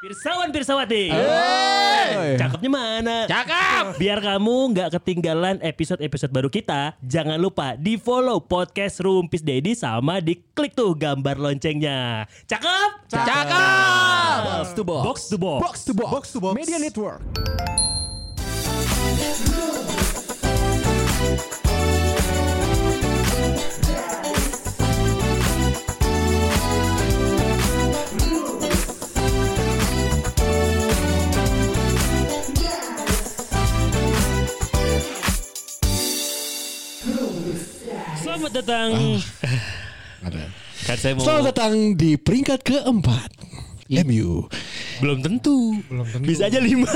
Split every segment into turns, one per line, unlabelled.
Pirsawan Pirsawati.
Hey.
Cakepnya mana?
Cakep.
Biar kamu nggak ketinggalan episode-episode baru kita, jangan lupa di follow podcast Rumpis Dedi sama diklik tuh gambar loncengnya. Cakep?
Cakep.
Box to box.
Box to box.
Box to box.
Box to box.
Media Network.
Selamat datang. Kan saya mau.
Selamat datang di peringkat keempat. MU.
Belum tentu. Bisa aja 5.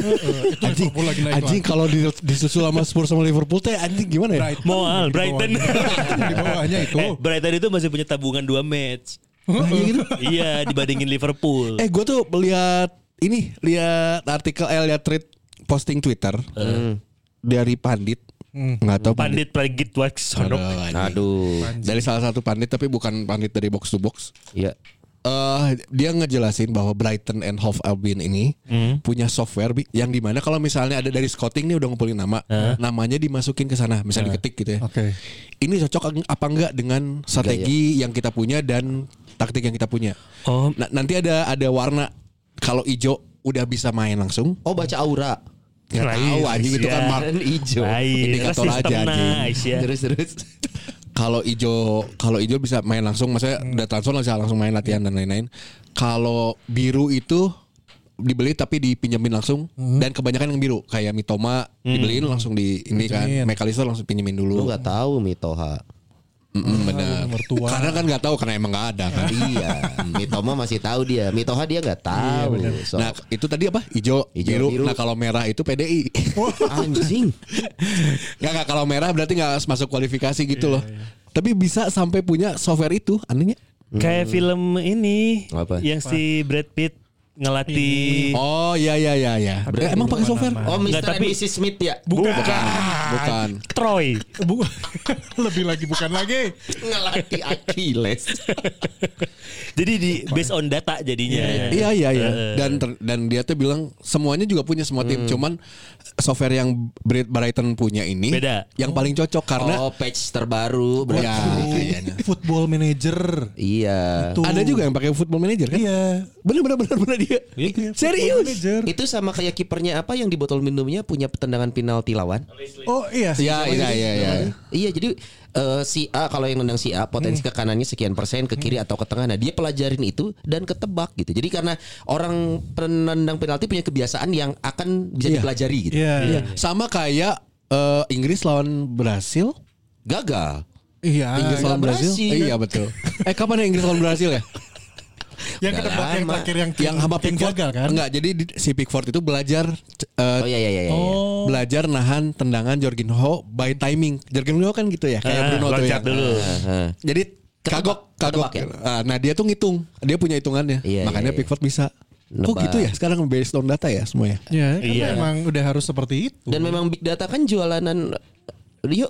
Anjing kalau disusul sama Spurs sama Liverpool teh anjing gimana ya?
Moal Brighton.
Di bawahnya itu.
Brighton itu masih punya tabungan 2 match. Iya, dibandingin Liverpool.
Gue tuh lihat artikel, lihat tweet posting Twitter dari pandit. Nggak tahu
Pandit Pragit Waksono.
Aduh.
Dari salah satu pandit tapi bukan pandit dari box to box.
Iya.
Dia ngejelasin bahwa Brighton and Hove Albion ini punya software yang dimana kalau misalnya ada dari scouting nih udah ngumpulin nama, namanya dimasukin ke sana, misalnya diketik gitu ya.
Oke.
Ini cocok apa enggak dengan strategi yang kita punya dan taktik yang kita punya.
Oh,
Nanti ada warna, kalau hijau udah bisa main langsung.
Oh, baca aura.
Nggak tahu anjing itu kan mark
Hijau.
indikator aja anjing.
Nice, ya.
Terus.
Kalau hijau bisa main langsung, maksudnya udah transfer bisa langsung main latihan dan lain-lain. Kalau biru itu dibeli tapi dipinjemin langsung, dan kebanyakan yang biru kayak Mitoma dibeliin langsung di ini kan, McAllister langsung pinjemin
Lu
dulu.
nggak tahu Mitoha.
Benar.
mertua.
Karena kan nggak tahu karena emang nggak ada kan.
Iya. Mitomo masih tahu dia. Mitoha dia nggak tahu. So,
Nah itu tadi apa? Hijau, biru. Nah kalau merah itu PDI.
anjing.
Nggak kalau merah berarti nggak masuk kualifikasi gitu loh. Tapi bisa sampai punya software itu, anehnya.
Kayak film ini
Apa?
yang si Brad Pitt ngelatih.
Oh iya. Emang pakai software?
Oh, Mr.
Nggak,
and Mrs. Smith ya?
Bukan.
Troy.
Lebih lagi bukan lagi.
Ngelatih Achilles.
Jadi di based on data jadinya.
Iya. Dan dia tuh bilang semuanya juga punya semua tim, cuman software yang Brighton punya ini
Beda.
yang paling cocok karena
Oh, patch terbaru berarti.
ya,
Football manager.
Iya.
Tuh.
ada juga yang pakai Football Manager kan?
Iya.
Bener dia. Serius?
Manager.
Itu sama kayak kipernya apa yang di botol minumnya punya tendangan penalti lawan.
Oh iya.
Iya.
Iya, jadi si A kalau yang nendang si A potensi ke kanannya sekian persen, ke kiri atau ke tengah. Nah, dia pelajarin itu dan ketebak gitu. Jadi karena orang penendang penalti punya kebiasaan yang akan bisa
Iya.
dipelajari gitu.
Iya.
Sama kayak Inggris lawan Brasil.
Gagal.
Iya.
Inggris lawan Brasil.
berhasil.
Iya betul. Kapan ya Inggris lawan Brasil ya?
Yang
Udah
ketebak yang
lama.
terakhir yang
Sama
Kane
Pickford
gagal kan?
Enggak, jadi si Pickford itu belajar
Oh iya.
belajar nahan tendangan Jorginho by timing. Jorginho kan gitu ya, kayak Bruno tuh ya.
Loncat dulu.
Jadi kagok.
Ketebak ya?
Nah dia tuh ngitung, dia punya hitungannya.
Iya,
Makanya
iya.
Pickford bisa. Oh
Nebak.
gitu ya, sekarang based on data ya semuanya.
Iya.
Iya.
Kan memang udah harus seperti itu.
Dan memang big data kan jualanan. Yuk.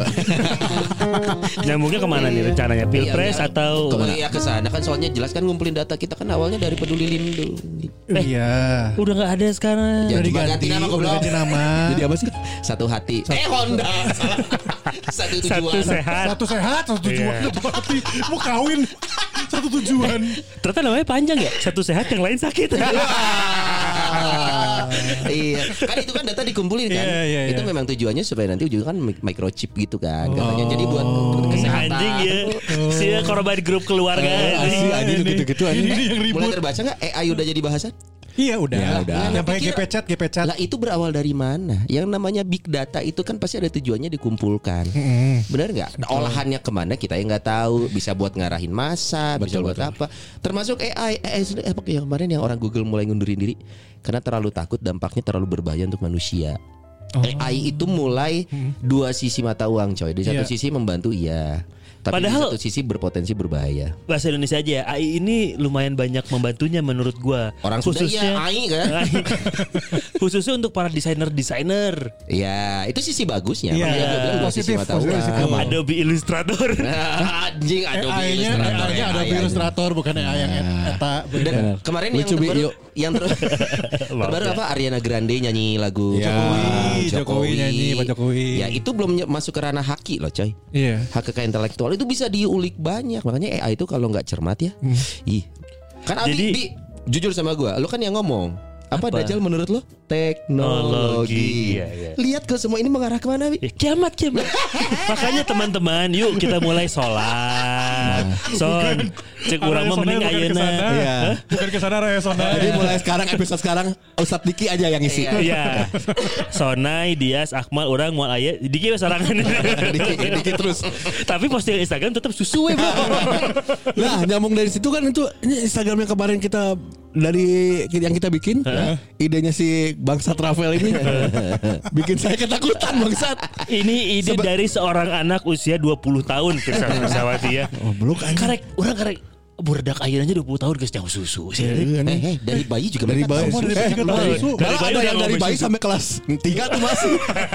Nyambungnya kemana nih rencananya? Pilpres
Iya,
atau
ya ke sana kan, soalnya jelas kan ngumpulin data kita kan awalnya dari Peduli Lindung.
Iya.
udah nggak ada sekarang?
Ya,
Udah
ganti nama
udah
goblok.
ganti nama.
Jadi apa sih?
Satu hati. Honda. Satu tujuan.
Satu sehat.
Satu sehat, satu tujuan. Berarti mau kawin. Satu tujuan.
Ternyata namanya panjang ya. Satu sehat yang lain sakit.
Iya, kan itu kan data dikumpulin kan.
Iya.
Itu memang tujuannya supaya nanti ujungnya kan microchip gitu kan katanya. Jadi buat kesehatan.
Anjing ya. Si korban grup keluarga.
Anjing gitu-gitu anjing.
Ini yang
Mulai
ribut.
terbaca nggak AI udah jadi bahasan?
Iya udah.
Ya, udah.
Yang pakai
Pikir-
GP chat.
Lah itu berawal dari mana? Yang namanya big data itu kan pasti ada tujuannya dikumpulkan. Benar nggak? Nah, olahannya kemana kita yang nggak tahu. Bisa buat ngarahin masa, bisa buat apa? Termasuk AI. Apa yang kemarin yang orang Google mulai ngundurin diri karena terlalu takut dampaknya terlalu berbahaya untuk manusia. AI itu mulai dua sisi mata uang, coy. Di satu
Iya.
sisi membantu, iya. Tapi
Padahal-
di satu sisi berpotensi berbahaya.
Bahasa Indonesia aja ya. AI ini lumayan banyak membantunya menurut gua.
Orang sudah ya AI kan.
Khususnya untuk para desainer.
Ya, itu sisi bagusnya.
Iya,
Makanya gua bilang dua sisi
positif,
mata
positif,
uang.
positif.
Adobe Illustrator.
Anjing Adobe
AI-nya
Illustrator.
ada
AI.
Illustrator bukan AI yang eta.
Dan kemarin yang
Lucu, Bi,
terbaru
yuk.
yang terbaru apa Ariana Grande nyanyi lagu
Jokowi nyanyi Pak Jokowi.
Ya itu belum masuk ke ranah haki loh coy.
Iya.
Hak kekayaan intelektual itu bisa diulik banyak. Makanya AI itu kalau nggak cermat ya. Kan Abi, jujur sama gue, lu kan yang ngomong. Apa Dajjal menurut lo? Teknologi.
Iya.
Lihat ke semua ini mengarah kemana, Bi?
Kiamat. Makanya teman-teman, yuk kita mulai sholat. Son, cek urang mah mending ayeuna.
Iya.
Bukan ke sana Raya Sona.
Jadi mulai sekarang episode sekarang Ustadz Diki aja yang isi.
Iya. Sonai, Dias, Akmal, urang moal aya. Diki sarangan.
Diki terus.
Tapi postingan Instagram tetap susu bro.
Nah, nyambung dari situ kan itu ini Instagram yang kemarin kita dari yang kita bikin, idenya si Bangsat Rafael ini bikin saya ketakutan Bangsat.
Ini ide dari seorang anak usia 20 tahun Pirsawati ya.
Oh, belum
Karek budak ayeuna aja 20 tahun geus nyawa susu.
Dari bayi juga
dari
mereka
bayi.
tahu.
Dari ada yang dari bayi sampai kelas 3 tuh masih.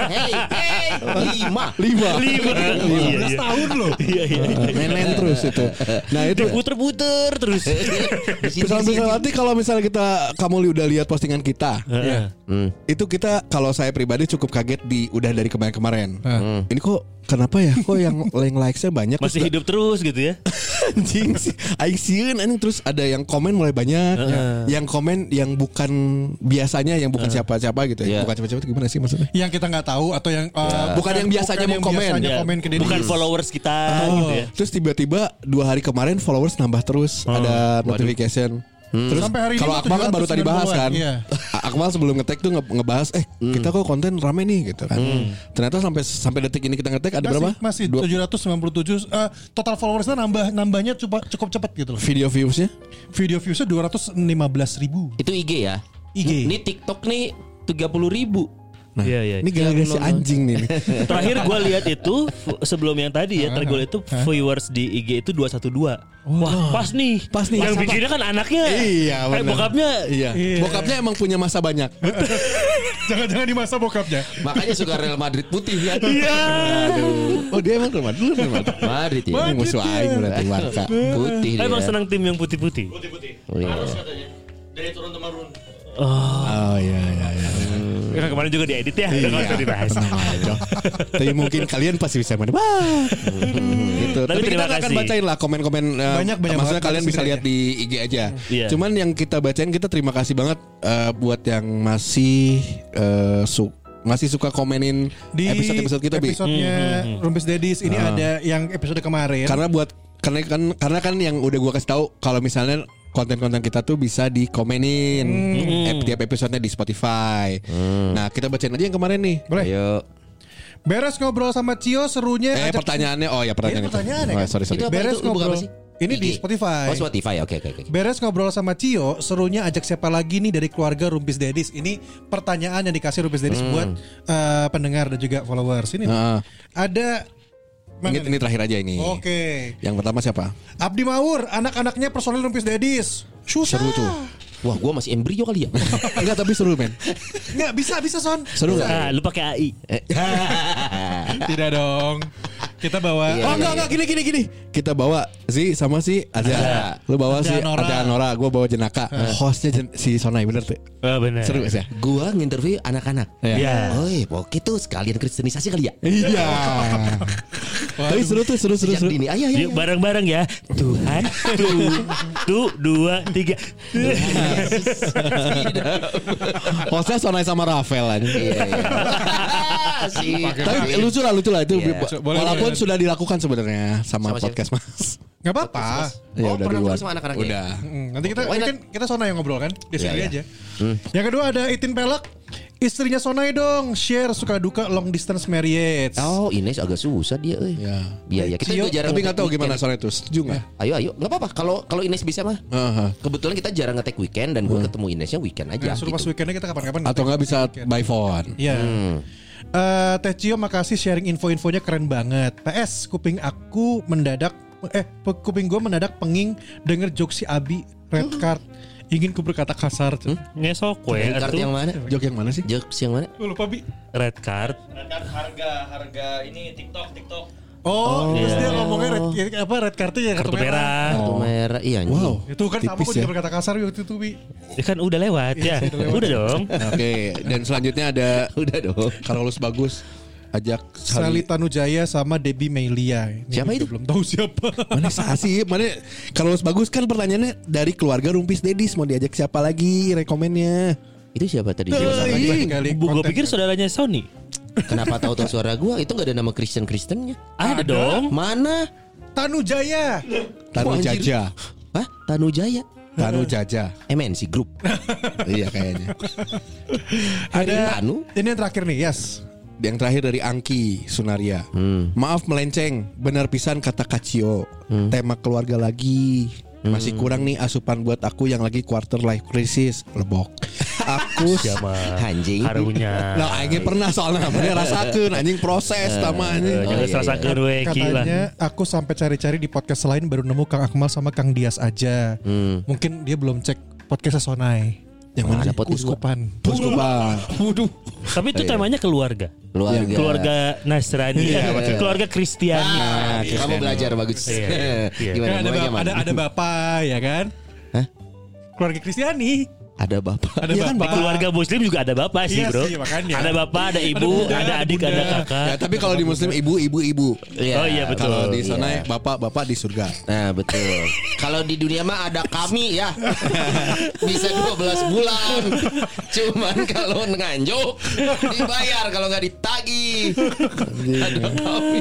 Lima.
15
tahun loh.
Iya.
Nenen terus itu. Nah itu
Puter-puter terus.
Nanti kalau misalnya kamu udah lihat postingan kita, itu kita kalau saya pribadi cukup kaget udah dari kemarin-kemarin. Ini kok kenapa ya? Kok yang likes-nya banyak?
Masih hidup terus gitu ya.
Anjing sih. Aing sieun anjing terus ada yang komen mulai banyak. Yang komen yang bukan biasanya, yang bukan siapa-siapa gitu ya. Bukan siapa-siapa gimana sih maksudnya?
Yang kita nggak tahu atau yang
bukan yang biasanya mau komen.
komen ke Deddy.
Bukan followers kita gitu ya.
Terus tiba-tiba 2 hari kemarin followers nambah terus. Ada notification. Terus
Sampai hari ini
kalau Akmal kan baru tadi bahas kan.
Iya.
Akmal sebelum ngetek tuh ngebahas kita kok konten rame nih gitu kan. Ternyata sampai detik ini kita ngetek ada berapa?
Masih 797 total followersnya nambahnya cukup cepat gitu loh.
Video viewsnya?
Video viewsnya 215.000.
Itu IG ya.
IG.
Ini TikTok nih 30.000.
Nah,
Iya.
ini gara-gara si anjing nih.
Terakhir gue lihat itu sebelum yang tadi ya, terakhir gue lihat itu viewers di IG itu 212. Wah, pas nih. Yang bikinnya kan anaknya.
Iya, benar.
Bokapnya.
Iya. Bokapnya emang punya masa banyak.
Jangan-jangan di masa bokapnya.
Makanya suka Real Madrid putih ya.
Iya.
Oh, dia emang Real Madrid.
Madrid ya.
Ini musuh aing berarti Barca.
Putih dia.
Emang senang tim yang putih-putih.
Oh, iya.
Katanya. Dari turun temurun.
Oh iya.
Kan kemarin juga diedit ya. Udah dibahas.
Tapi mungkin kalian pasti bisa menebak. Gitu. Tapi kita
terima
akan
kasih.
bacain lah komen-komen.
Banyak
maksudnya
banget,
kalian bisa lihat di IG aja.
Iya.
Cuman yang kita bacain kita terima kasih banget buat yang masih suka komenin
Di
episode kita Bi.
episode-nya Rumpis Dedis ini ada yang episode kemarin.
Karena kan yang udah gua kasih tahu kalau misalnya konten-konten kita tuh bisa dikomenin tiap episodenya di Spotify. Nah kita bacain aja yang kemarin nih.
Boleh.
Ayo.
Beres ngobrol sama Cio serunya
Pertanyaannya
pertanyaan
itu.
kan?
Sorry.
Itu apa
Beres
itu? Lu buka
ngobrol.
apa sih?
Ini di
IG.
Spotify.
Oh Spotify. Oke.
Beres ngobrol sama Cio, serunya ajak siapa lagi nih dari keluarga Rumpis Dedis. Ini pertanyaan yang dikasih Rumpis Dedis buat pendengar dan juga followers. Ini ada
Ini terakhir aja ini.
Oke.
Yang pertama siapa?
Abdi Maur, anak-anaknya personil Rumpis Dedis. Susah.
Seru tuh.
Wah, gua masih embrio kali ya.
Enggak tapi seru men.
Nggak bisa Son.
Seru nggak?
Lu pakai AI.
Tidak dong. Kita bawa.
Iya.
Oh enggak gini. Kita bawa sama si Azza. Lu bawa si
Azza
Nora, gua bawa Jenaka. Hostnya si Sonai bener tuh.
Benar.
Seru sih.
Gua nginterview anak-anak.
Iya.
Oh, oke tuh sekalian kristenisasi kali ya.
Iya. Tapi seru.
Sejak dini. Ayo.
Yuk bareng-bareng ya. Tuhan. Tuh 2, 3.
Hostnya Sonai sama Rafael aja.
Iya.
Tapi lucu lah itu.
Iya.
Walaupun sudah dilakukan sebenarnya sama podcast Mas.
Nggak apa-apa.
Ya udah
pernah
duluan.
sama anak-anaknya.
Udah.
Nanti kita Sonai yang ngobrol kan. Di sini
Iya.
aja. Yang kedua ada Itin Pelek. Istrinya Sonai dong. Share suka duka long distance marriage.
Oh, Ines agak susah dia euy.
Ya.
Iya, kita juga jarang.
Tapi nggak tahu
nge-take
gimana
weekend.
soal itu. Setuju nggak?
Ayo, nggak apa-apa. Kalau Ines bisa mah. Kebetulan kita jarang nge-take weekend dan gue ketemu Inesnya weekend aja.
Nah, suruh pas
gitu.
weekendnya kita kapan-kapan.
Atau nggak bisa by phone?
Iya. Teh Cio makasih sharing info-infonya keren banget. PS kuping gue mendadak penging denger jokes si Abi red card. Ingin ku berkata kasar.
Ngesok we
Red card yang mana?
Jok yang mana sih?
Jokes yang mana?
Gue lupa Bi.
Red card.
Harga ini TikTok.
Terus dia ngomongnya red kartu ya
Kartu merah.
Kartu merah. Iya anjing.
Wow.
Itu kan sama
Tipis
kok
ya.
juga berkata kasar waktu itu Wi.
Ya kan udah lewat ya. Udah dong.
Oke, dan selanjutnya ada
Udah dong.
Carlos Bagus ajak
Sally Tanujaya sama Debbie Melia. Ini
Siapa
juga
itu?
Belum tahu siapa.
Mana sih? Mana Carlos Bagus kan pertanyaannya dari keluarga Rumpis Dedis mau diajak siapa lagi rekomennya?
Itu siapa tadi?
Gue pikir saudaranya Sony.
Kenapa tahu suara gua? Itu enggak ada nama Kristennya.
Ada dong.
Mana?
Tanujaya.
Tanu
anjir.
Jaja.
Hah? Tanujaya.
Tanu Jaja.
MNC Group.
Iya kayaknya.
Ada
Tanu?
ini yang terakhir nih, yes.
Yang terakhir dari Angki Sunaria. Maaf melenceng, benar pisan kata Kacio. Tema keluarga lagi. Masih kurang nih asupan buat aku yang lagi quarter life crisis. Lebok. Aku
Siapa?
Anjing.
Harunya.
Nah, aing pernah soalnya mana rasakeun anjing proses tamanya.
Jangan serasakeun we gila.
Katanya aku sampai cari-cari di podcast lain baru nemu Kang Akmal sama Kang Dias aja. Mungkin dia belum cek podcast Sonai.
Yang mana?
Ada podcast gua.
Kuskupan.
Puskupan.
Waduh.
Tapi itu temanya keluarga. Keluarga Nasrani, keluarga Kristiani.
Nah, kamu belajar bagus.
Iya.
Gimana
Kan
mulainya, Man?
ada bapak ya kan?
Hah?
Keluarga Kristiani.
Ada bapak.
Ada
Iya kan,
bapak.
Di keluarga Muslim juga ada bapak sih,
Iya
bro.
sih, makanya.
Ada bapak, ada ibu,
bunda,
ada adik,
ada
ada
bunda.
kakak.
Ya, tapi kalau di muslim ibu.
Oh iya betul.
Kalau di sana
Iya.
bapak di surga.
Nah betul. Kalau di dunia mah ada kami ya. Bisa 12 bulan. Cuman kalau nganjuk dibayar, kalau nggak ditagih. Ada kami.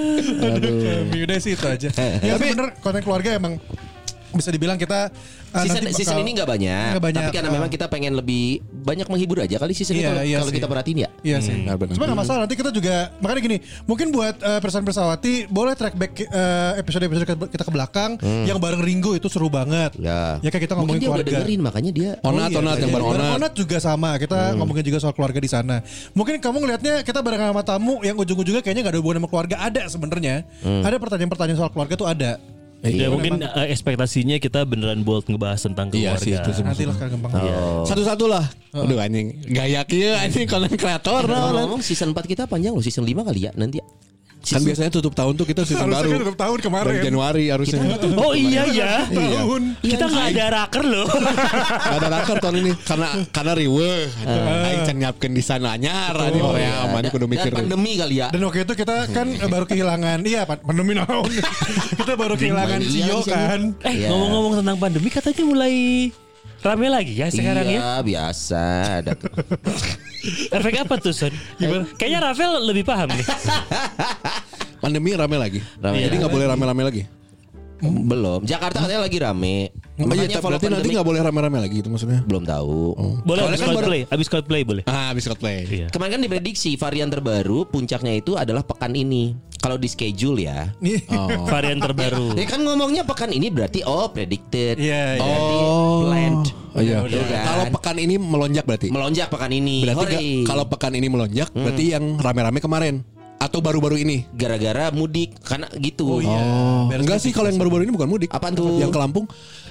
Udah sih itu aja. Ya tapi bener konten keluarga emang bisa dibilang kita
Season ini nggak banyak,
nggak banyak,
tapi karena memang kita pengen lebih banyak menghibur aja kali season ini kalau
sih.
kita perhatiin ya.
Iya sih.
benar.
Cuma gak masalah nanti kita juga makanya gini, mungkin buat Persan-Persawati boleh track back episode-episode kita ke belakang yang bareng Ringo itu seru banget.
Ya.
Ya kayak kita
Mungkin
ngomongin
dia udah
keluarga.
dengerin makanya dia.
Onat yang bareng Onat.
Onat juga sama. Kita ngomongin juga soal keluarga di sana. Mungkin kamu ngelihatnya kita bareng sama tamu yang ujung-ujungnya kayaknya gak ada hubungan sama keluarga. Ada sebenarnya. Ada pertanyaan-pertanyaan soal keluarga tuh ada.
Ya mungkin ekspektasinya kita beneran bold ngebahas tentang
Iya
keluarga.
sih, itu semua.
Nanti lah kan gampang.
Satu-satu lah. Aduh anjing. Gaya kieu anjing konten kreator.
Ngomong season 4 kita panjang loh, season 5 kali ya nanti ya.
Kan biasanya tutup tahun tuh kita season
Harusnya
baru.
kan tutup tahun kemarin.
Dari Januari harusnya.
Oh iya ya.
Tahun.
Kita nggak ada raker loh.
Gak ada raker tahun ini karena riweuh. Aing can nyiapkeun di sana anyar anjing hoream anjing kudu mikir.
Dan pandemi kali ya.
Dan waktu itu kita kan baru kehilangan pandemi naon. Kita baru kehilangan Cio kan.
Iya.
Ngomong-ngomong tentang pandemi katanya mulai rame lagi ya sekarang ya.
Iya biasa. Ada tuh.
Efek apa tuh Son? Kayaknya Rafael lebih paham nih.
Pandemi rame lagi.
Rame.
Jadi enggak boleh rame-rame lagi.
Belum. Jakarta katanya lagi rame. Makanya follow
Berarti nanti
pandemi.
enggak boleh rame-rame lagi itu maksudnya.
Belum tahu.
Boleh
Soalnya
abis
kan
Coldplay. Abis Coldplay boleh.
Habis cosplay.
Iya.
Kemarin kan diprediksi varian terbaru puncaknya itu adalah pekan ini. Kalau di schedule ya.
Oh.
Varian terbaru.
Ya kan ngomongnya pekan ini berarti predicted.
Iya, iya.
Berarti planned.
Oh iya.
Iya kan?
Kalau pekan ini melonjak berarti.
Melonjak pekan ini.
Berarti
Hore.
kalau pekan ini melonjak berarti yang rame-rame kemarin atau baru-baru ini.
Gara-gara mudik karena gitu.
Enggak sih kalau yang baru-baru ini bukan mudik.
Apaan tuh?
Yang ke Lampung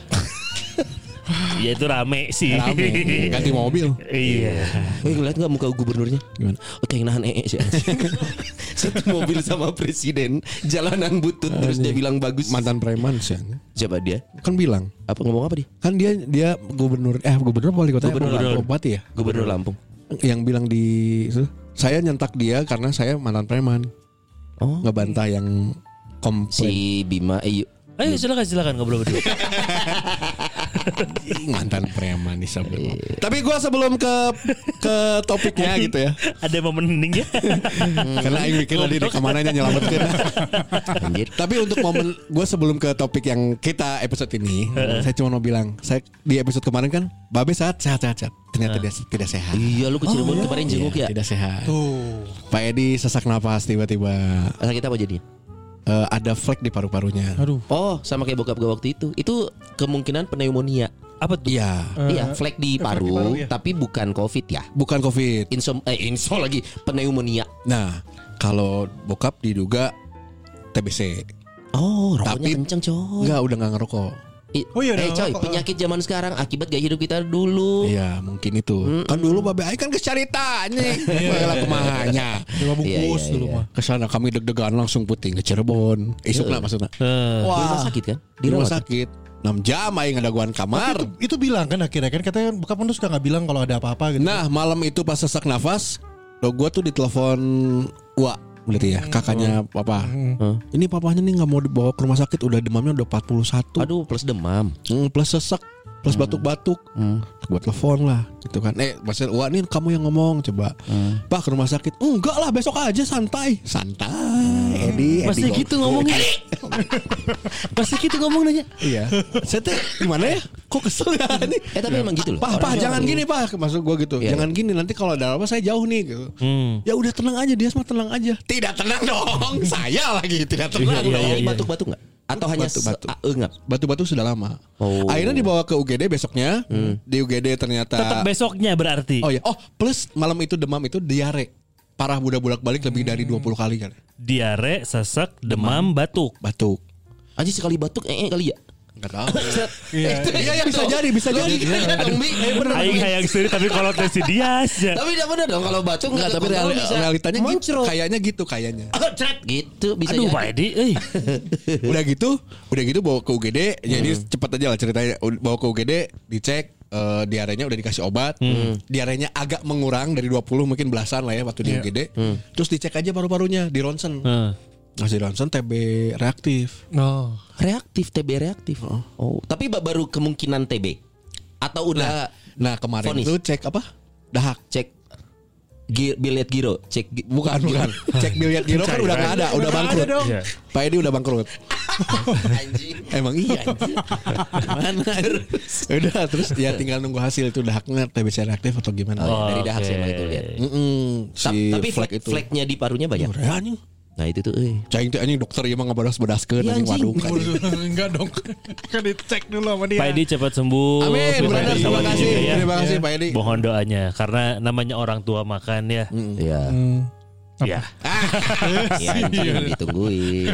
Ya itu rame sih.
rame ganti mobil.
Iya.
Ngeliat gak muka gubernurnya?
Gimana?
Oke yang nahan sih. Satu mobil sama presiden jalanan butut terus dia bilang bagus.
Mantan preman sih.
Siapa dia?
Kan bilang.
Apa ngomong apa dia?
Kan dia gubernur apa wali kota bupati ya?
Gubernur Lampung.
Yang bilang di saya nyentak dia karena saya mantan preman.
Oh.
Ngebantah yang komplain.
Si Bima
Ayo silakan ngobrol berdua.
Mantan preman nih sampai. Tapi gue sebelum ke topiknya gitu ya.
Ada momen hening ya.
Karena Aing mikir tadi rekamannya nyelametkeun.
Anjir.
Tapi untuk momen gue sebelum ke topik yang kita episode ini, saya cuma mau bilang, saya di episode kemarin kan Babe sehat. Ternyata dia tidak sehat.
Iya lu kecil banget kemarin jenguk ya.
Tidak sehat.
Tuh.
Pak Edi sesak napas tiba-tiba.
Sakit apa jadinya?
Ada flek di paru-parunya.
Aduh.
Oh sama kayak bokap gue waktu itu. Itu kemungkinan pneumonia.
Apa tuh?
Iya.
Iya flek di paru
ya.
tapi bukan covid ya.
Bukan COVID.
Inso lagi pneumonia.
Nah, kalau bokap diduga TBC.
Oh
Tapi
rokoknya kenceng coy.
Enggak, udah nggak ngerokok.
Oh iya,
coy, penyakit zaman sekarang akibat gaya hidup kita dulu.
Iya, mungkin itu. Kan dulu Babe Ai kan ke carita anjing. Baheula kumahanya.
Dua bungkus dulu mah.
Kesana kami deg-degan langsung puting ke Cirebon. Isukna maksudnya.
Di rumah sakit kan?
Di rumah sakit. 6 jam aing ngadaguan kamar.
Itu bilang kan akhirnya kan katanya bokap tuh suka nggak bilang kalau ada apa-apa gitu.
Nah, malam itu pas sesak nafas, gue tuh ditelepon berarti ya kakaknya papa. Ini papanya nih nggak mau dibawa ke rumah sakit, udah demamnya udah 41.
Aduh, plus demam.
Plus sesak, plus batuk-batuk. Gue telepon lah gitu kan. Maksudnya wah nih kamu yang ngomong coba. Pak ke rumah sakit. Enggak lah, besok aja santai. Edi
Pasti gitu ngomongnya. Pasti gitu ngomong nanya.
Iya. Saya teh gimana ya? Kok kesel ya ini?
Tapi emang gitu loh.
Pak jangan gini Pak. Maksud gue gitu. Jangan gini, nanti kalau ada apa saya jauh nih gitu. Ya udah tenang aja, dia mah tenang aja. Tidak tenang dong. Saya lagi tidak tenang.
Batuk-batuk enggak? Atau hanya enggak?
Batu-batu sudah lama. Akhirnya dibawa ke UGD besoknya. Di UGD ternyata
tetap besoknya berarti.
Oh ya. Oh, plus malam itu demam itu diare. Parah, budak bolak-balik lebih dari 20 kali kan.
Diare, sesek, demam, batuk.
Aja sekali batuk kali ya.
Enggak tahu. Iya bisa jadi.
Aing hayang sendiri tapi kalau tes dia aja.
Tapi enggak benar dong kalau batuk enggak,
tapi realitanya gitu. Kayaknya
gitu bisa
jadi. Aduh, Pak Edi,
Udah gitu bawa ke UGD. Jadi cepat aja lah ceritanya. Bawa ke UGD, dicek diarenya udah dikasih obat. Diarenya agak mengurang dari 20 mungkin belasan lah ya waktu di UGD. Terus dicek aja paru-parunya di ronsen. Ngasih ronsen TB reaktif.
TB reaktif. Tapi baru kemungkinan TB atau udah.
Nah kemarin
vonis.
itu cek apa? Dahak.
Cek biliet giro.
Bukan. Cek biliet giro kan udah nggak ada, udah bangkrut. Pak Edi udah bangkrut.
Anjing.
Emang iya anjing. Mana? Udah terus ya tinggal nunggu hasil itu dahaknya TBC reaktif atau gimana.
Dari dahak sih emang itu lihat. Tapi flagnya di parunya banyak.
Anjing.
Nah itu tuh
Cing teh anjing dokter ieu mah ngabadas-badaskeun anjing waduh.
Enggak dong. Kan dicek dulu sama dia.
Pak Edi cepat sembuh.
Amin. Terima kasih Pak Edi.
Mohon doanya karena namanya orang tua makan ya.
Iya.
Ya.
Ditungguin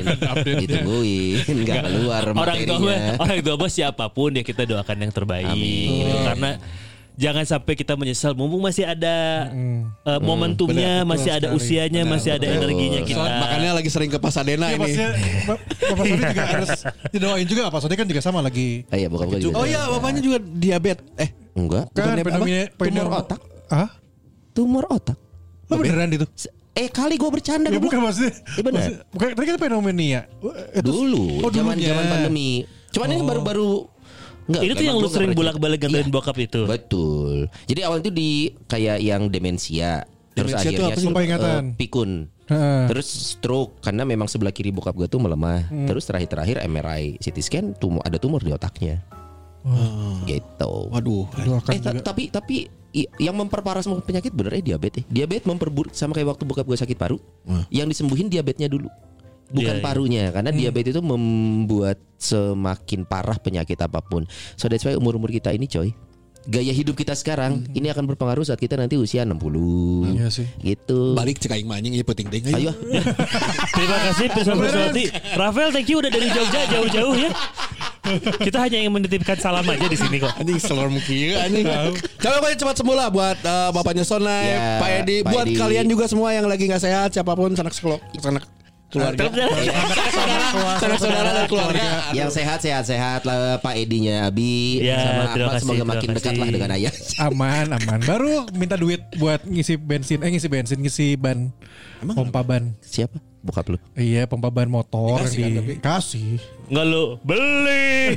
nggak keluar materinya.
Orang tua bos siapapun ya kita doakan yang terbaik.
Amin.
Karena jangan sampai kita menyesal. Mumpung masih ada momentumnya, masih ada usianya, masih ada energinya kita.
Makanya lagi sering ke Pasadena ini.
Bapak Sodi juga harus didoain juga. Pak Sodi kan juga sama lagi.
Iya bokap gue juga.
Oh iya bapaknya juga diabetes.
Enggak.
Kan
Tumor otak. Tumor otak.
Lo beneran itu?
Kali gue bercanda.
Ya bukan maksudnya.
Benar.
Bukan, tadi kan pneumonia.
Dulu zaman pandemi. Cuman ini baru-baru. Enggak,
itu tuh yang lu sering bolak-balik gantiin bokap itu.
Betul. Jadi awal itu di kayak yang demensia. Terus akhirnya pikun. Terus stroke karena memang sebelah kiri bokap gue tuh melemah. Terus terakhir MRI CT scan ada tumor di otaknya. Gitu.
Waduh.
Tapi yang memperparah semua penyakit bener diabetes. Diabetes memperburuk sama kayak waktu bokap gue sakit paru. Yang disembuhin diabetesnya dulu. Bukan parunya. Karena diabetes itu membuat semakin parah penyakit apapun. So that's why umur-umur kita ini coy, gaya hidup kita sekarang ini akan berpengaruh saat kita nanti usia 60.
Iya sih.
Gitu.
Balik cek aing manjing ieu penting-ting.
Ayo.
Terima kasih Pirsa Purswati. Rafael, thank you udah dari Jogja jauh-jauh ya. Kita hanya ingin menitipkan salam aja di sini kok.
Anjing selor kieu anjing. Coba cepat sembuh lah buat bapaknya Sonai, Pak Edi, buat kalian juga semua yang lagi enggak sehat, siapapun sanak keluarga. Saudara dan keluarga.
Yang sehat lah Pak Edinya Abi sama Ahmad, semoga makin dekat lah dengan ayah.
Aman. Baru minta duit buat ngisi ban. Pompa ban.
Siapa? Bokap lu?
Iya, pompa ban motor dikasih.
Enggak lu beli.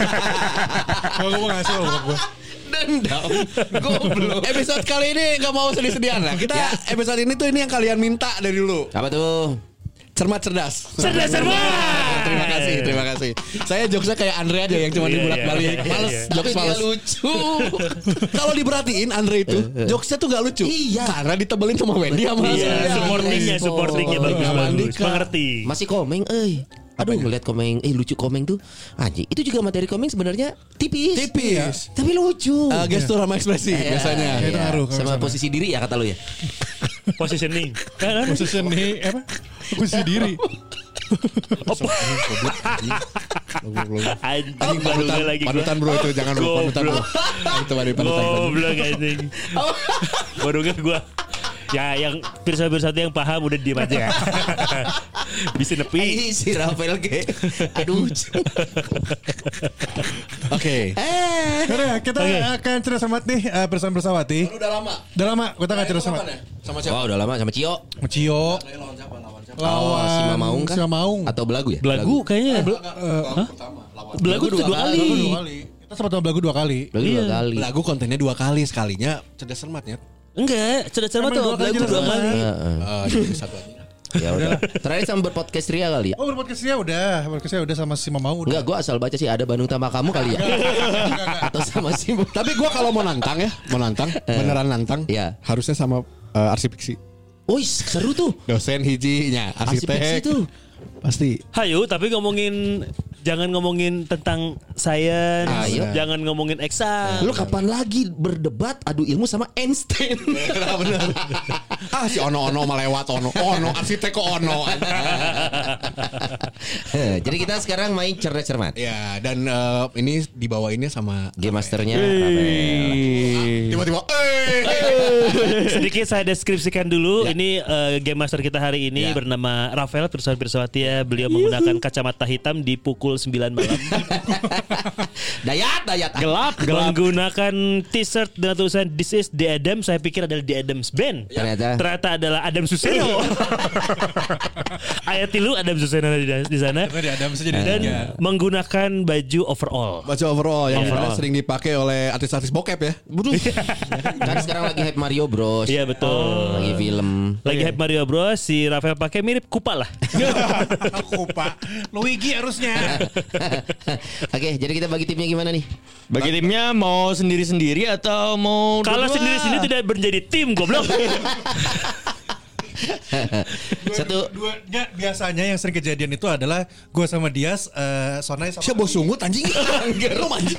Kalau gue mau ngasih bokap gue.
Dendam. Goblok.
Episode kali ini gak mau sedih-sedihan lah. Kita episode ini tuh ini yang kalian minta dari dulu.
Apa tuh?
Cermat cerdas.
Cerdas.
Terima kasih. Saya jokesnya kayak Andre aja yang cuma dibolak-balik. Males, jokes males.
Lucu.
Kalau diperhatiin Andre itu jokesnya tuh gak lucu.
Iya.
Karena ditebelin sama Wendy sama
Supportingnya bagus. Mengerti.
Masih komeng, aduh ngeliat komeng, lucu komeng tuh anjing. Itu juga materi komeng sebenarnya tipis. Tapi lucu.
Gestur sama ekspresi biasanya.
Itu ngaruh.
Sama posisi diri ya kata lu ya.
Positioning.
Posisi diri.
Anjing barunya lagi gua.
Panutan bro itu jangan bro, panutan bro. Itu baru panutan.
Goblok anjing. Barunya gua. Ya yang pirsa-pirsa yang paham udah diem aja. Bisa nepi.
Si Rafael ke. Aduh.
Oke.
Udah, kita akan cerita sama nih bersama Bersawati.
Udah lama.
Udah lama kita nggak cerita sama.
Sama siapa?
Oh, udah lama sama Cio.
Cio. Lawan
Si Mamaung kan?
Si Mamaung.
Atau Belagu ya?
Belagu kayaknya. Belagu itu 2 kali.
Kita sempat sama Belagu 2 kali.
Belagu 2 kali.
Lagu kontennya 2 kali, sekalinya cerdas cermatnya.
Enggak, cerdas-cermat tuh Belagu 2 kali.
Jadi satu aja.
Ya udah. Terakhir sama berpodcast Ria kali ya?
Oh berpodcastnya udah sama si Mamaung.
Enggak, gue asal baca sih ada Bandung Tanpa Kamu kali ya. Atau sama si
Tapi gue kalau mau nantang, beneran nantang,
Iya.
harusnya sama arsipiksi.
Wih, seru tuh.
Dosen hijinya,
Arsipiksi
arsitek.
tuh.
Pasti.
Hayu, tapi jangan ngomongin tentang sains,
Ayo.
jangan ngomongin eksak.
Lu kapan lagi berdebat adu ilmu sama Einstein?
Bener. Si Ono melewat Ono arsitek kok Ono.
Jadi kita sekarang main cerdas cermat.
Ya, dan ini dibawainnya sama
Game masternya Rafael.
tiba-tiba
Sedikit saya deskripsikan dulu. Ini game master kita hari ini bernama Rafael Pirsawati ya. Beliau menggunakan kacamata hitam di pukul 9 malam.
Dayat.
Gelap. Menggunakan t-shirt dengan tulisan This is The Adam. Saya pikir adalah The Adams Band. Ternyata adalah Adam Suseno. Ayat tilu Adam Suseno di sana. Dan menggunakan baju overall.
Baju overall yang sering dipakai oleh artis-artis bokep ya.
Kan sekarang lagi hype Mario Bros.
Iya betul.
Lagi film.
Lagi hype Mario Bros. Si Rafael pakai mirip Kupa lah.
Kupa. Luigi harusnya.
Oke, jadi kita bagi timnya gimana nih?
Bagi timnya mau sendiri-sendiri atau mau
Kalau
dua-dua?
sendiri-sendiri tidak menjadi tim goblok.
Satu biasanya yang sering kejadian itu adalah gue sama Dias, Sonai sama
Siapa bos sungut anjing? Lu anjing.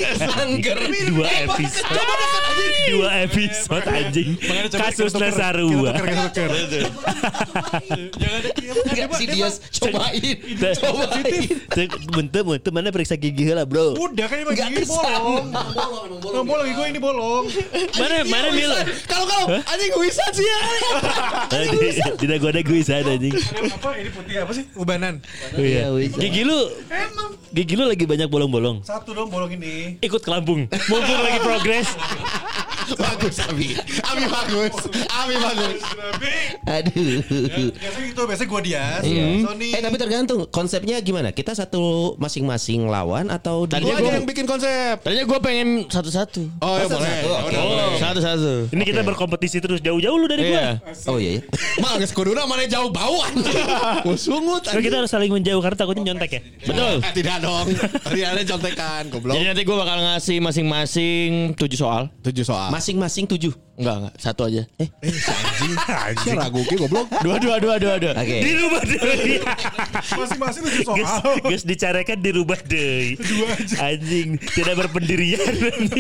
Dua episode anjing. Kasusnya sarua.
Enggak si Dias cobain.
Bentuk mana periksa gigi lah bro.
Udah kan ini gigi bolong. Bolong gue ini bolong.
Mana Mil?
Kalau anjing gue bisa sih ya.
Tidak gue ada gue sana anjing.
Apa ini putih apa sih? Ubanan.
Iya. Gigi lu lagi banyak bolong-bolong.
Satu dong bolong ini.
Ikut ke Lampung. Mumpung lagi progres.
Bagus Abi bagus.
Aduh.
Biasanya gitu, biasanya gue Dias. Sony.
Tapi tergantung konsepnya gimana? Kita satu masing-masing lawan atau
Tadinya gue yang bikin konsep.
Tadinya gue pengen satu-satu.
Oh ya boleh.
Satu-satu.
Ini kita berkompetisi terus jauh-jauh lu dari gua.
Oh iya.
Mal geus kuduna mana jauh bau anjing. Sungut
Kan kita harus saling menjauh karena takutnya nyontek ya.
Betul.
Tidak dong. Tadi ada contekan goblok.
Jadi nanti gue bakal ngasih masing-masing 7 soal.
7 soal.
Masing-masing 7.
Enggak, satu aja.
Anjing ragu ki goblok.
Dua.
Oke.
Dirubah deui.
Masing-masing 7 soal.
Geus dicarekan dirubah deui. Anjing, tidak berpendirian anjing.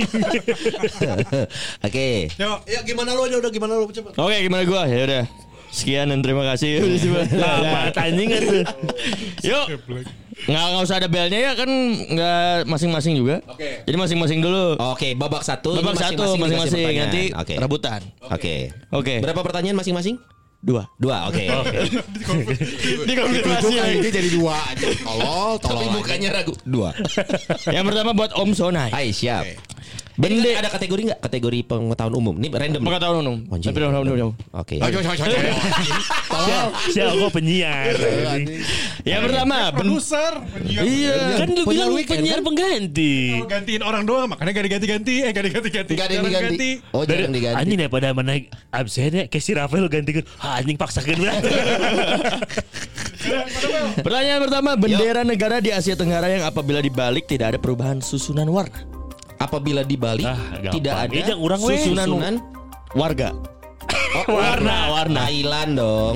Oke.
Yuk.
Ya gimana lu aja udah gimana lu cepet.
Oke, gimana gue? Ya udah. Sekian dan terima kasih.
Lama anjing itu.
Yuk. Nggak usah ada belnya ya kan nggak masing-masing juga.
Oke.
Jadi masing-masing dulu.
Oke, babak satu.
Babak
ini
satu
dikasih
masing-masing
pertanyaan.
nanti
Oke.
rebutan.
Oke.
Oke.
Berapa pertanyaan masing-masing?
2.
2. Oke.
Itu kayaknya jadi 2 aja. Tolol
Tapi bukannya ragu. 2.
Yang pertama buat Om Sonai.
Hai, siap.
Bende.
Ini ada kategori nggak? Kategori pengetahuan umum. Ini random.
Pengetahuan umum.
Anjing.
Tapi dong.
Oke.
Siapa penyiar.
Yang pertama
Produser.
Iya.
Kan lu bilang
weekend,
penyiar pengganti.
Kalau gantiin orang doang makanya gak diganti-ganti. Gak diganti-ganti.
Enggak ada yang
Jarang
diganti. Oh, jarang diganti.
Anjing daripada mana absen ya kayak si Rafael gantikan. Anjing paksakan banget.
Pertanyaan pertama, bendera negara di Asia Tenggara yang apabila dibalik tidak ada perubahan susunan warna.
Apabila dibalik
gampang.
tidak ada
Jangan urang we.
susunan
Warga.
Warna.
Thailand dong.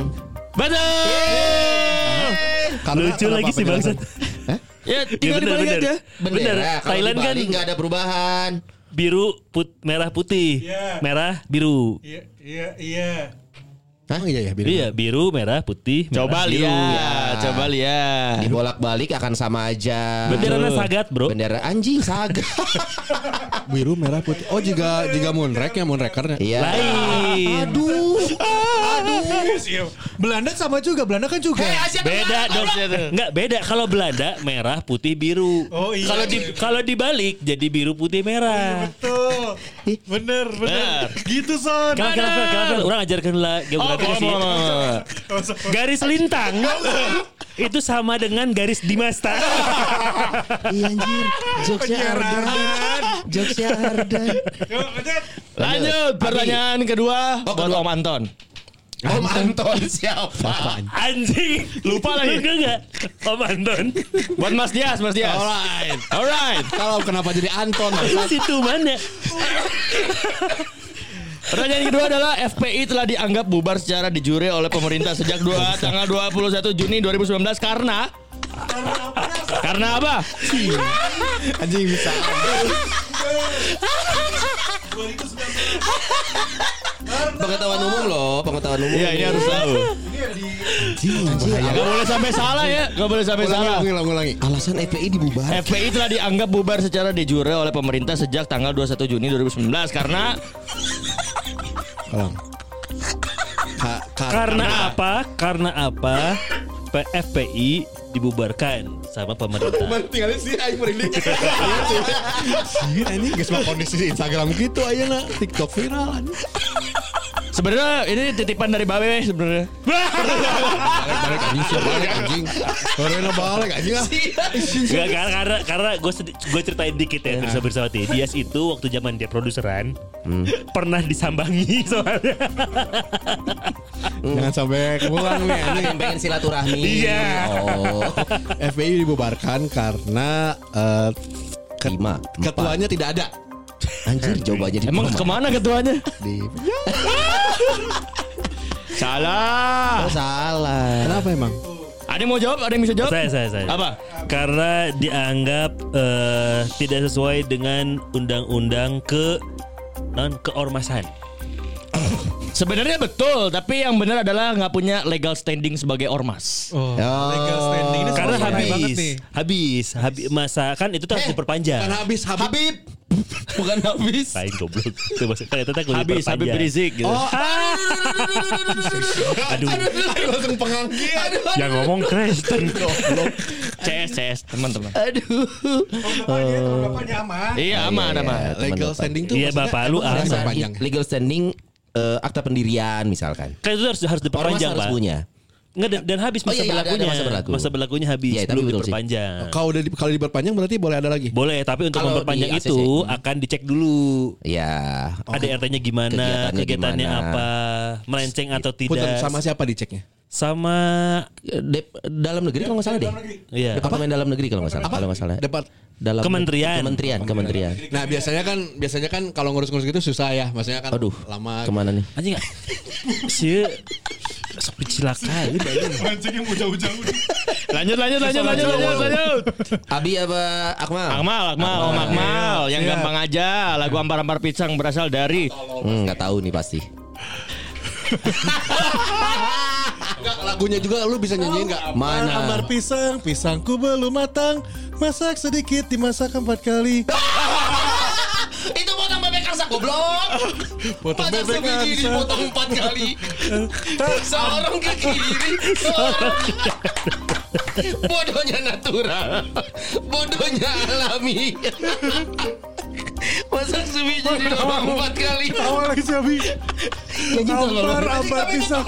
Betul. Lucu lagi sih bangsat.
Ya tinggal dibalik aja.
Bendera kalau
Thailand kan
dibalik nggak ada perubahan.
biru merah putih.
Iya.
Merah biru.
Iya.
Oh iya ya, biru.
Iya, biru, merah, putih, merah,
Coba
biru.
lihat, coba lihat.
Dibolak-balik akan sama aja.
Benderana sagat, bro.
Bendera anjing saga.
Biru, merah, putih. Oh, jika Moonrek ya, Moonrekernya.
Iya.
Lain.
Aduh.
Belanda sama juga, Belanda kan juga.
Beda dong. Enggak beda. Kalau Belanda merah, putih, biru.
Oh, iya.
Kalau dibalik jadi biru, putih, merah.
Betul. Bener. Gitu Son.
Kenapa? Orang ajarkan lah geografi sih. Garis lintang itu sama dengan garis di masta.
Iya anjir. Jokesnya Ardan.
Lanjut pertanyaan kedua buat Om Anton.
Om Anton siapa?
Anjing.
Lupa lagi.
Enggak. Om Anton.
Buat Mas Dias. Alright.
Kalau kenapa jadi Anton?
Situ mana?
Pertanyaan kedua adalah FPI telah dianggap bubar secara de jure oleh pemerintah sejak tanggal 21 Juni 2019 karena apa?
Anjing bisa.
Pengetahuan umum loh, pengetahuan umum.
Iya, ini harus tahu. Gak boleh sampai salah ya. Gak boleh sampai salah.
Ulangi.
Alasan FPI dibubarkan.
FPI telah dianggap bubar secara de jure oleh pemerintah sejak tanggal 21 Juni 2019 karena
Karena apa? FPI dibubarkan sama pemerintah.
Tinggalin sih aing merinding. Ini geus mah kondisi Instagram gitu ayeuna, TikTok viral anjing.
sebenarnya ini titipan dari Babe sebenarnya.
Balik anjing. Balik anjing lah.
Enggak, karena gue ceritain dikit ya bersama-sama. Dias itu waktu zaman dia produseran pernah disambangi soalnya.
Jangan sampai kemulang nih anjing.
Yang pengen silaturahmi.
Iya.
Oh.
FPI dibubarkan karena ketuanya tidak ada.
Anjir, jawabannya di
Emang kemana ketuanya?
Di
Salah.
Oh, salah.
Kenapa emang?
Ada yang mau jawab? Ada yang bisa jawab?
Saya.
Apa?
Karena dianggap tidak sesuai dengan undang-undang keormasan.
Sebenarnya betul, tapi yang benar adalah nggak punya legal standing sebagai ormas.
Oh, legal standing ini
Karena
soalnya banget nih.
habis masa kan itu harus diperpanjang.
Kan Habib.
Bukan habis.
Lain goblok. Itu maksudnya itu
Habib Rizik gitu.
Oh,
Aduh.
langsung penganggian.
Yang ngomong Kristen goblok.
CS teman-teman.
Aduh.
Bapaknya aman.
Iya aman.
Legal standing tuh
Iya,
maksudnya
Bapak lu
emang
aman.
diperpanjang.
Legal standing akta pendirian misalkan.
Kan itu harus
Ormas
diperpanjang,
harus
Pak.
punya.
Enggak dan habis
Oh,
masa
iya, ada
berlakunya.
masa berlaku.
Habis
Iya, tapi
belum
betul sih.
diperpanjang.
Kalau diperpanjang berarti boleh ada lagi.
Boleh, tapi untuk
Kalau
memperpanjang
di ACC.
itu akan dicek dulu.
Ya.
Ada RT-nya gimana, kegiatannya
gimana.
apa, melenceng atau
Punten,
tidak.
sama siapa diceknya?
Sama
Dalam negeri kalau nggak salah deh.
iya.
Departemen dalam negeri kalau nggak salah. Kalau nggak salah. Dalam
Kementerian.
Kementerian.
Nah biasanya kan kalau ngurus-ngurus gitu susah ya, maksudnya kan
Aduh,
lama.
kemana nih?
Anjing enggak. Sih sepi cilaka ini.
Mancing yang mau jauh-jauh.
Lanjut.
Abi apa Akmal?
Om Akmal yang gampang aja. Lagu Ampar-Ampar Pisang berasal dari
Nggak tahu nih pasti.
Enggak, lagunya juga lu bisa nyanyiin enggak?
Mana?
Amar pisang, pisangku belum matang, masak sedikit dimasak 4 kali.
Itu potong bebek angsa goblok.
Potong
Masak
bebek
sebiji
angsa.
dipotong 4 kali. Seorang ke kiri, seorang. Bodohnya natural, bodohnya alami. Masak sebiji dipotong 4 kali.
Awal lagi si Abi. Amar pisang.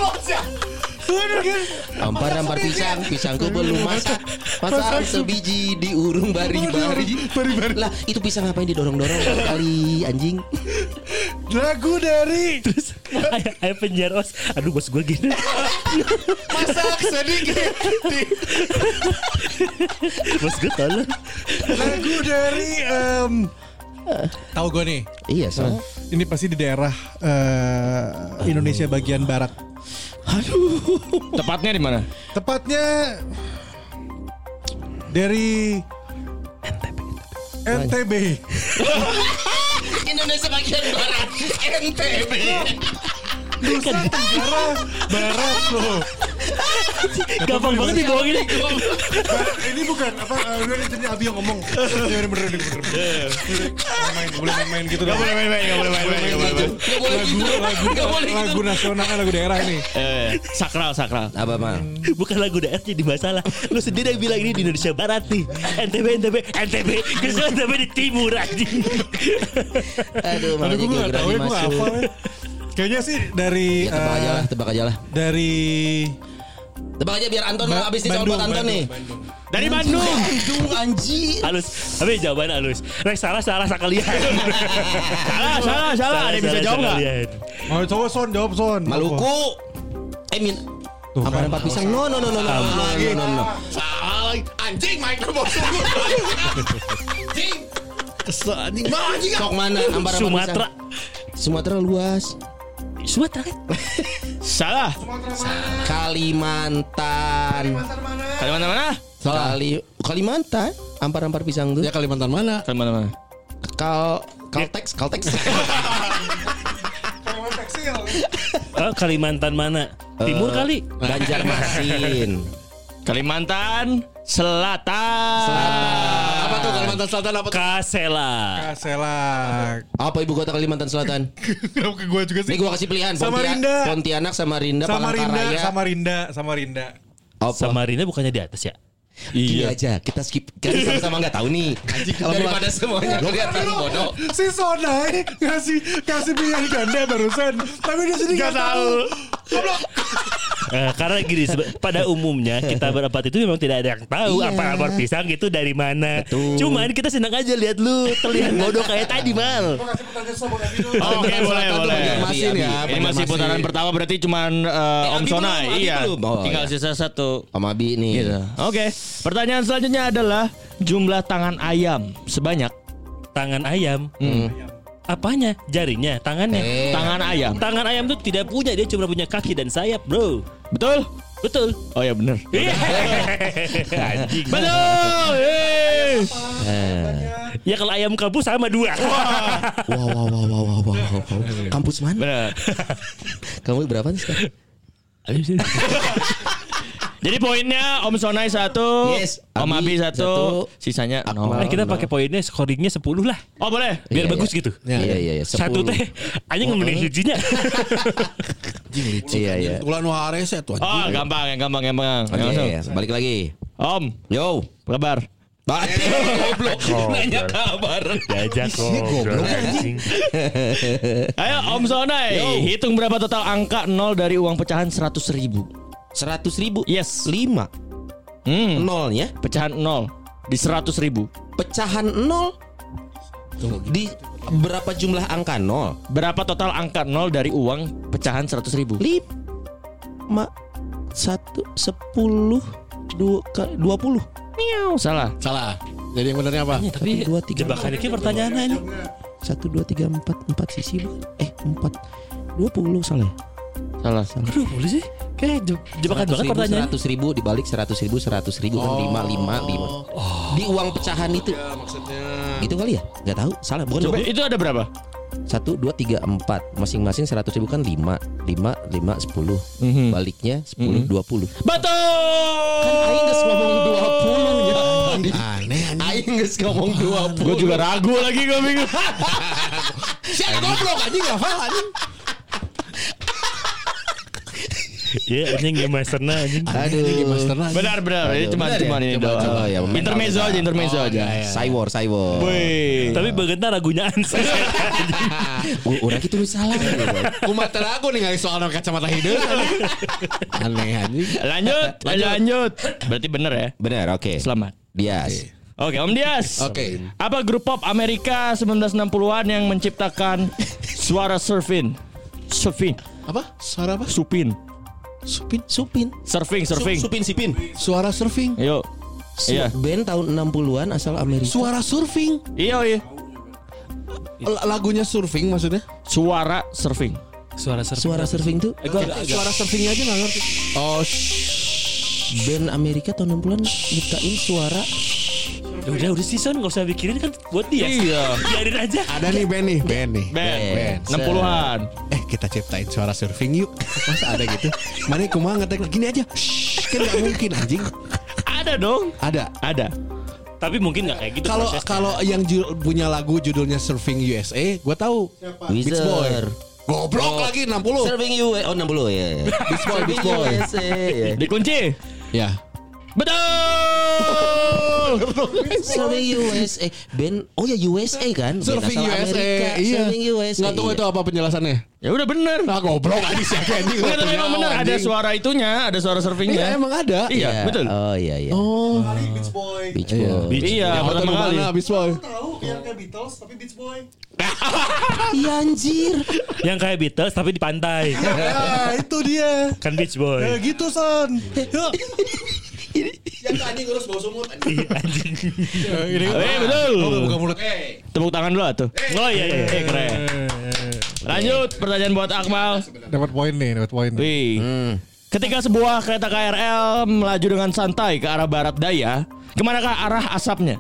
Ampar pisang, pisangku belum masak. Masak sebiji diurung bari-bari. Lah, itu pisang ngapain didorong-dorong kali anjing?
Lagu dari
Terus ayo penyiar os. Aduh bos gue gini.
Masak sedikit.
Bos gue tolong.
lagu dari tahu gue nih.
Iya, so.
Ini pasti di daerah Indonesia bagian barat.
tepatnya di mana?
Tepatnya dari NTB.
Indonesia bagian barat, NTB.
Nusa Tenggara Barat loh.
Gampang banget dibohongin.
Ini bukan apa ini Abi yang ngomong. Ya bener. Boleh main gitu.
Gak boleh main.
Lagu nasional, lagu daerah ini.
Sakral.
Apa Mal?
Bukan lagu daerah jadi masalah. Lu sendiri yang bilang ini di Indonesia Barat nih. NTB. Kesel NTB di timur anjing.
Aduh, malah
Gue gak tau ya, gue
masuk.
apa. Kayaknya sih dari
Tebak aja lah.
Dari
biar Anton abis ini soal buat Anton nih.
Dari Bandung.
Anjir.
Halus. Tapi jawaban halus. Rek salah sekalian.
Salah. Ada yang bisa jawab nggak?
Oh, coba jawab Son.
Maluku. Min. Amparan 4 pisang. No.
Salah anjing main bos. Anjing. Kesel anjing.
Sok mana amparan 4
Sumatera.
pisang? Sumatera luas.
Sumatera kan?
Salah.
Kalimantan.
Kalimantan mana?
Kalimantan. Amparan 4 pisang tuh.
Ya Kalimantan mana?
Kalimantan mana?
Kaltex.
Kalimantan mana? Timur kali.
Banjarmasin.
Kalimantan Selatan.
Apa tuh Kalimantan Selatan apa tuh?
Kasela.
Apa ibu kota Kalimantan Selatan?
Kenapa ke gue juga sih?
Ini gue kasih pilihan.
Samarinda.
Pontianak, Samarinda, Palangkaraya.
Samarinda.
Apa?
Samarinda bukannya di atas ya?
Iya aja. Kita skip. Kita sama-sama nggak tahu nih. Daripada semuanya kelihatan bodoh.
Si Sonai kasih pilihan ganda barusan, tapi dia sendiri nggak tahu.
Karena gini, pada umumnya kita berempat itu memang tidak ada yang tahu apa kabar pisang itu dari mana.
Betul.
Cuman kita senang aja lihat lu terlihat bodoh kayak tadi Mal.
Oke, boleh.
Masin ya.
Ini masih putaran pertama berarti cuman Om
Abi
Sonai.
belum, Abi
Iya.
belum. Oh,
Tinggal
iya.
sisa satu.
Om Abi nih.
Gitu. Oke. Pertanyaan selanjutnya adalah jumlah tangan ayam sebanyak.
Tangan ayam. Apanya? Jarinya, tangannya.
Tangan ayam.
Tangan ayam tuh tidak punya, dia cuma punya kaki dan sayap, bro.
Betul?
Betul.
Oh ya benar.
Anjing.
Betul.
Ya kalau ayam kampus sama 2.
Wow. Kampus mana?
Benar.
Kamu berapa nih sekarang?
Jadi poinnya Om Sonai 1,
Yes,
Om Abi
Abi
1,
satu,
sisanya
Akmal.
0.
Kita pakai poinnya, scoringnya 10 lah.
Oh boleh.
Biar
Iya,
bagus
iya.
gitu.
Iya.
1 teh anjing mending hijinya.
Iya.
Ulan Wares ya tuh.
Oh gampang.
Oke,
Langsung.
balik lagi.
Om,
Yo.
kabar.
Goblok. Nanya kabar.
Diajak goblok anjing.
Ayo Om Sonai, hitung berapa total angka 0 dari uang pecahan 100.000.
100.000.
Yes.
5. Nolnya.
Pecahan 0 di 100.000.
Pecahan 0. Di berapa jumlah angka 0?
Berapa total angka 0 dari uang pecahan 100.000?
5 1 10 20.
Miau, salah.
Jadi yang benernya apa?
Tapi
2 3
jebakan ini pertanyaannya ini.
1 2 3 4 sisi bukan? 4 20 salah.
Salah.
Aduh, boleh sih. Kayak jebakan banget pertanyaannya.
100.000 dibalik 100.000 kan 5. Di uang pecahan itu.
Maksudnya.
Gitu kali ya? Enggak tahu. Salah. Bukan
Coba
20.
itu ada berapa?
1 2 3 4. Masing-masing 100.000 kan 5 10. Baliknya 10 20.
Betul.
Kan aing geus ngomong 20 ya.
Aneh.
Aing geus ngomong 20.
Gue juga ragu lagi, gue bingung.
Siapa goblok anjing hafal anjing.
Iya anjing game masterna anjing.
Aduh.
Benar. Ini cuma ini
Coba,
doang.
ya,
Intermezzo aja.
Saywor.
Wih.
Tapi begentar lagunya Anses.
Urang kitu nu salah.
Kumat teragu nih ngali soal kacamata hideung. Aneh anjing.
Lanjut. Berarti benar ya.
Benar, oke.
Selamat.
Dias.
Oke, Om Dias.
Oke.
Apa grup pop Amerika 1960-an yang menciptakan suara surfing?
Apa? Suara apa?
Supin.
Supin.
Surfing.
Supin Sipin.
Suara surfing.
Yuk. Iya.
Band tahun 60-an asal Amerika.
Suara surfing.
Iya.
Lagunya surfing maksudnya?
Suara surfing.
Suara surfing tuh
Suara surfingnya aja nggak ngerti. Oh,
band Amerika tahun 60-an nyiptain suara.
Udah season enggak usah pikirin kan buat dia.
Iya.
Biarin aja.
ada nih band nih.
Band 60-an.
kita ciptain suara surfing yuk. Masa ada gitu? Mana kumaha ngetek gini aja. Shh, kan gak mungkin anjing.
Ada dong.
Ada.
Tapi mungkin nggak kayak gitu.
Kalau yang punya lagu judulnya Surfing USA, gue tahu. Beach Boy. Goblok lagi 60.
Surfing USA. Oh 60 ya.
Beach Boy.
USA. Ya.
Dikunci.
Ya.
Betul.
Surfing USA. Band ya USA kan. Band
Surfing
asal
USA.
Amerika.
Iya.
Surfing USA.
Nggak tahu itu apa penjelasannya.
Ya udah bener.
Nah goblok aja sih anjing.
Enggak, tapi emang bener ada suara itunya, ada suara surfingnya.
Iya emang ada.
Iya, betul.
Oh iya.
Oh.
Beach Boy.
Beach Boy.
Iya, pertama kali.
Beach Boy.
Tahu yang kayak Beatles tapi Beach Boy.
Iya anjir.
Yang kayak Beatles tapi di pantai.
Ya, itu dia.
Kan Beach Boy.
Ya gitu Son. Yuk.
Yang anjing urus bau sumut.
Ini
Betul.
buka mulut.
Tepuk tangan dulu atuh.
Oh iya.
Keren. Lanjut pertanyaan buat Akmal.
Dapat poin nih.
Wih. Ketika sebuah kereta KRL melaju dengan santai ke arah barat daya, kemanakah arah asapnya?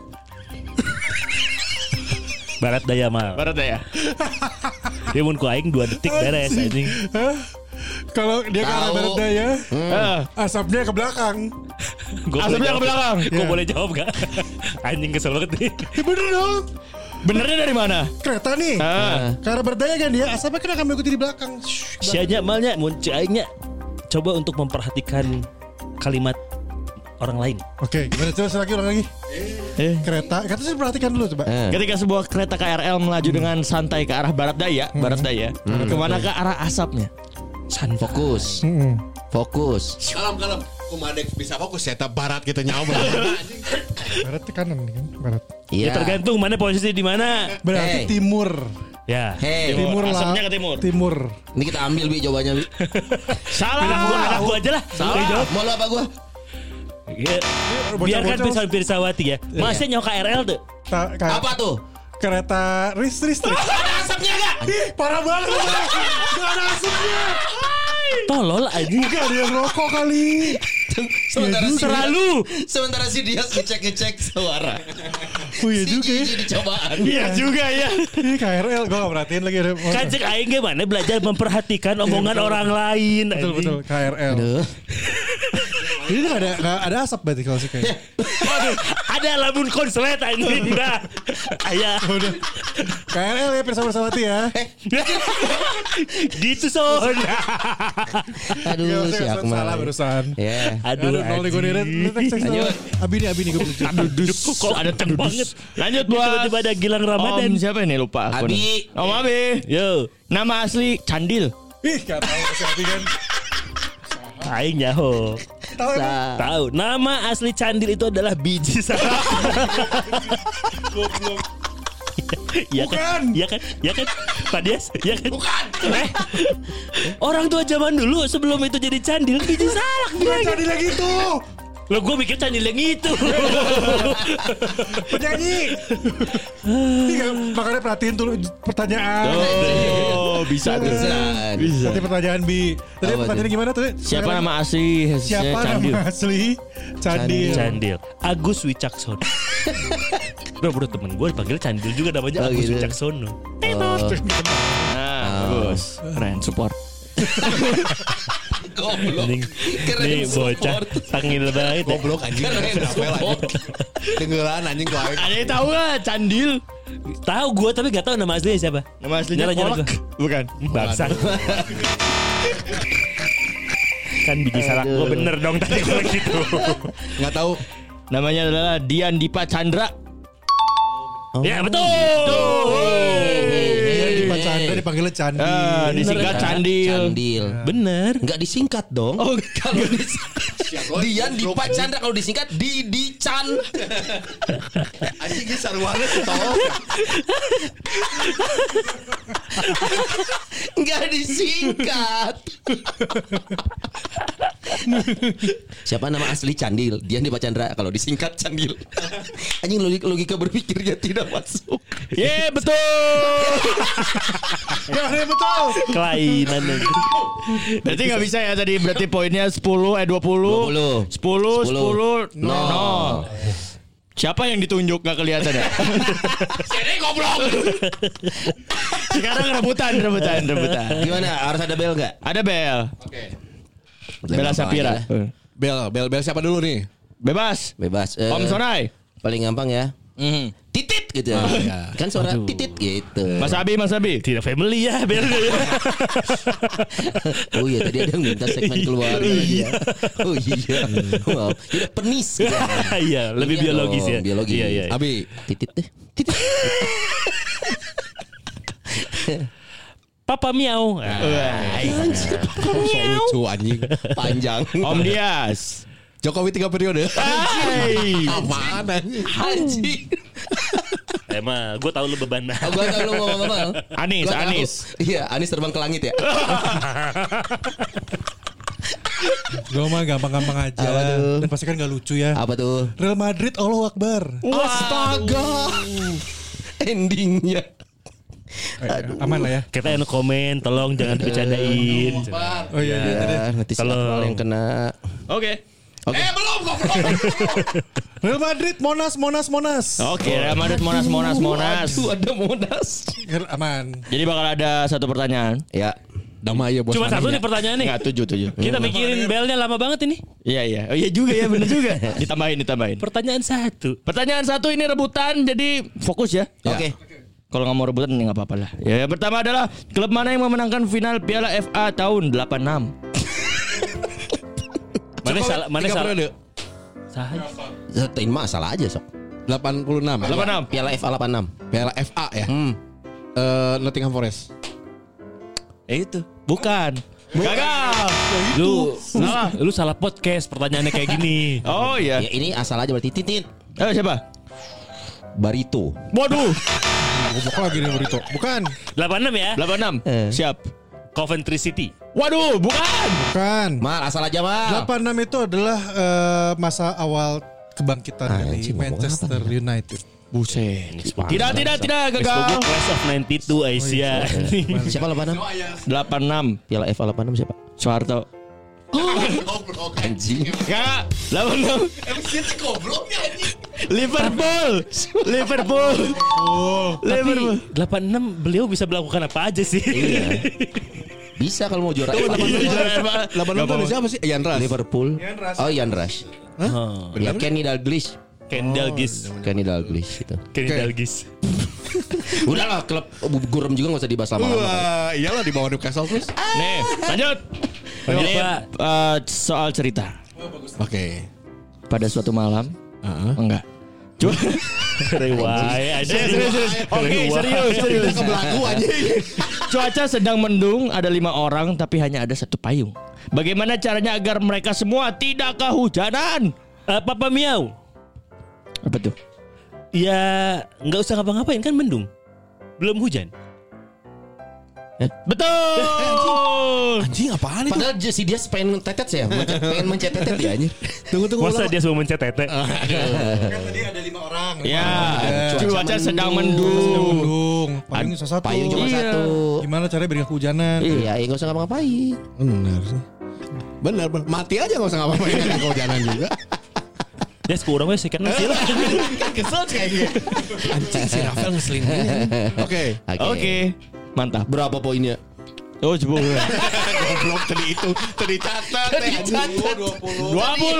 Barat daya mah.
Barat daya.
Dia mun ku aing 2 detik beres anjing.
Kalau dia ke arah
Tahu.
barat daya,
Eh,
asapnya ke belakang.
asapnya ke belakang.
Gue boleh jawab gak? Anjing kesel banget nih.
Ya bener dong.
Benernya dari mana?
Kereta nih. Ke arah barat daya kan dia, asapnya kan akan mengikuti di belakang.
Sianya malnya mun aingnya coba untuk memperhatikan kalimat orang lain.
Oke, gimana coba ulang lagi. Kereta, kata saya perhatikan dulu coba.
Ketika sebuah kereta KRL melaju dengan santai ke arah barat daya, kemanakah arah asapnya?
Fokus. Fokus.
Kalem. Kumadek bisa fokus ya. Barat kita nyawa.
Barat ke kanan nih kan, barat.
Ya
Iya.
tergantung mana posisi di mana.
Berarti
Hey.
timur.
Ya.
Hey.
Timur lah.
Asapnya ke timur.
Timur.
Ini kita ambil Bi jawabannya Bi.
Salah.
Aku aja lah.
Salah.
Yang jawab.
Mau lu apa gua?
Ya. Biarkan
Bocah-bocah.
Pirsawati ya. Masnya nyawa KRL tuh.
Apa tuh?
Kereta listrik.
Ada asapnya enggak?
Ih, parah banget. Gak ada asapnya.
Tolol anjing.
Gak ada yang rokok kali.
Sementara si Dias ngecek suara.
Oh iya juga ya.
Jadi cobaan.
Iya juga ya.
Ini KRL, gue gak perhatiin lagi ada.
Kan cek aing gimana belajar memperhatikan omongan orang lain.
Betul KRL. Ini gak ada asap berarti kalau sih kayak.
Waduh, ada lamun konslet anjing dah. Ayah.
Udah. KRL ya Pirsawati ya.
Gitu Son.
Aduh si Akmal.
Salah barusan.
Ya.
Aduh.
Nol nih gue nih. Abi nih gue bisa.
Kok ada tem banget.
Lanjut buat
Tiba-tiba ada Gilang Ramadan.
Om siapa ini lupa aku.
Abi.
Om Abi.
Yo,
Nama asli Candil.
Ih gak tau si Abi kan.
aing nyaho.
Tahu emang.
Tahu. Nama asli Candil itu adalah biji salah.
Goblok.
Iya kan? Iya kan? Iya kan? Pak Dias? Iya kan? Bukan. Orang tua zaman dulu sebelum itu jadi Candil biji salak.
Bukan Candil lagi itu.
Lo gue mikir Candil yang itu.
Penyanyi. Iya, makanya perhatiin tuh pertanyaan.
Oh, bisa tuh. Bisa.
Nanti pertanyaan Bi. Tadi
Apa
pertanyaannya gimana tuh?
Siapa nama asli
Siapa
Candil?
nama asli Candil?
Candil. Agus Wicaksono. Bro temen gue dipanggil Candil juga namanya
Oh,
Agus
gitu.
Wicaksono.
Nah, bagus. Keren, support.
Goblok.
Nih bocah tangil banget. Ya.
Goblok anjing. Tenggelan anjing kau aing.
Ada yang tahu nggak Candil?
Tahu gue tapi gak tahu nama aslinya siapa.
Nama aslinya
Nyala-nyala
Kolak.
gua.
Bukan.
Bangsa. Kan biji salak gue bener dong tadi gue gitu.
Enggak tahu.
Namanya adalah Dian Dipa Chandra.
Ya betul.
Iya di Pak Chandra dipanggilnya Candil.
Disingkat Candil.
Candil.
Bener.
Enggak disingkat dong. Oh, kalau Dian Dipa Chandra kalau disingkat Didi Chan.
Anjing ge sarwana tolong.
Enggak disingkat. Siapa nama asli Candil? Dian Dipa Chandra kalau disingkat Candil. Anjing logika berpikirnya tidak masuk.
Ye, betul.
Ya betul.
Kelainan.
Berarti nggak bisa ya tadi. Berarti poinnya 10, 20. 10, 10, 0. Siapa yang ditunjuk nggak kelihatan ya?
Jadi goblok.
Sekarang rebutan.
Gimana? Harus ada bel nggak?
Ada Bel.
Oke.
Bella Sapira.
Bel siapa dulu nih?
Bebas. Om Sonai.
Paling gampang ya. Titit gitu.
iya.
Kan suara titit gitu.
Mas Abi.
Tidak family ya Bel.
Oh iya tadi ada yang minta segmen keluarga lagi ya. Oh iya. Wow. Tidak penis. Gitu.
Iya, lebih
Iya
biologis
dong,
ya.
biologis.
Iya.
Abi.
Titit deh. Titit.
Papa Miau.
So lucu anjing.
Panjang.
Om Dias.
Jokowi 3 periode.
Hai.
Apaan anjing?
Anjing.
Emang gue tahu lu beban.
Gua tahu lu ngomong apa.
Anis.
Iya, Anis terbang ke langit ya.
Gue mah gampang-gampang aja.
Apa tuh?
Dan pasti kan gak lucu ya.
Apa tuh?
Real Madrid Allahu Akbar.
Astaga. Endingnya.
Aman lah ya.
Kita yang komen, tolong jangan dibercandain.
Oh iya.
Ya, nanti
Kalau-
siapa yang kena.
Oke.
Belum.
Real Madrid Monas.
Oke, Real Madrid Monas.
Waduh, ada Monas.
Aman.
Jadi bakal ada satu pertanyaan.
Ya.
Dama ya bos.
Cuma satu
mananya.
nih pertanyaan nih.
Enggak 7.
Kita mikirin belnya lama banget ini.
Iya. Oh iya juga ya, bener juga. Ditambahin.
Pertanyaan satu.
Pertanyaan 1 ini rebutan, jadi fokus ya.
Oke.
Kalau nggak mau rebutan ya nggak apa-apa lah. Ya, yang pertama adalah klub mana yang memenangkan final Piala FA tahun 86?
Mana salah? Mana
3
salah?
periode.
Salah.
Ini mah salah aja sok.
86.
86.
Piala FA 86.
Piala FA ya. Nottingham Forest.
Itu. Bukan. Gagal.
Lu salah podcast pertanyaannya kayak gini.
Oh iya.
Ya ini asal aja berarti titit.
Siapa?
Barito.
Waduh.
Goblok lagi nih Burito. Bukan.
86 ya.
86. Siap.
Coventry City.
Waduh, bukan.
Bukan.
Mal asal aja mal.
86 itu adalah masa awal kebangkitan dari
anjing, ngomong
Manchester United.
Buset. Tidak, gagal.
Facebook Class of 92 Asia.
Siapa 86?
86.
Piala FA 86 siapa?
Soeharto.
Anjing.
Enggak. 86.
Gobloknya anjing.
Liverpool.
Tapi 86 beliau bisa melakukan apa aja sih?
Iya. Bisa kalau mau juara FA.
86 ada siapa sih? Ian Rush.
Liverpool. Oh, Ian Rush. Ya Kenny Dalglish. Kenny Dalglish itu.
Kenny Dalglish.
Udahlah klub gurem juga gak usah dibahas lama-lama.
Wah, iyalah di bawah Newcastle terus.
Nih, lanjut. Ini soal cerita.
Oke.
Pada suatu malam. Enggak. Cuma
Riwayat aja.
Oke, serius.
Kebelagu aja.
Cuaca sedang mendung, ada 5 orang tapi hanya ada 1 payung. Bagaimana caranya agar mereka semua tidak kehujanan?
Papa Miau.
Apa tuh?
Ya nggak usah ngapa-ngapain kan mendung. Belum hujan.
Betul.
Anjing apaan itu?
Padahal si dia pengen tetet ya, pengen mencet tetet ya anjir.
Tunggu.
Masa dia semua mencet tete?
Kan tadi ada 5 orang.
Ya,
Cuaca
cuaca sedang
mendung.
Mendung. Payung cuma satu.
Payung cuma
Iya.
satu.
Gimana caranya biar gak kehujanan?
Iya, ya gak usah ngapa-ngapain.
Benar sih. Benar. Mati aja gak usah ngapain kan kehujanan juga.
Ya sekurang wes kan sih lah.
Kesel kayaknya.
Anjing si Rafael ngeselin gini. Oke.
Oke, mantap.
Berapa poinnya?
Oh, 10.
Goblok tadi itu. Tadi catat.
20,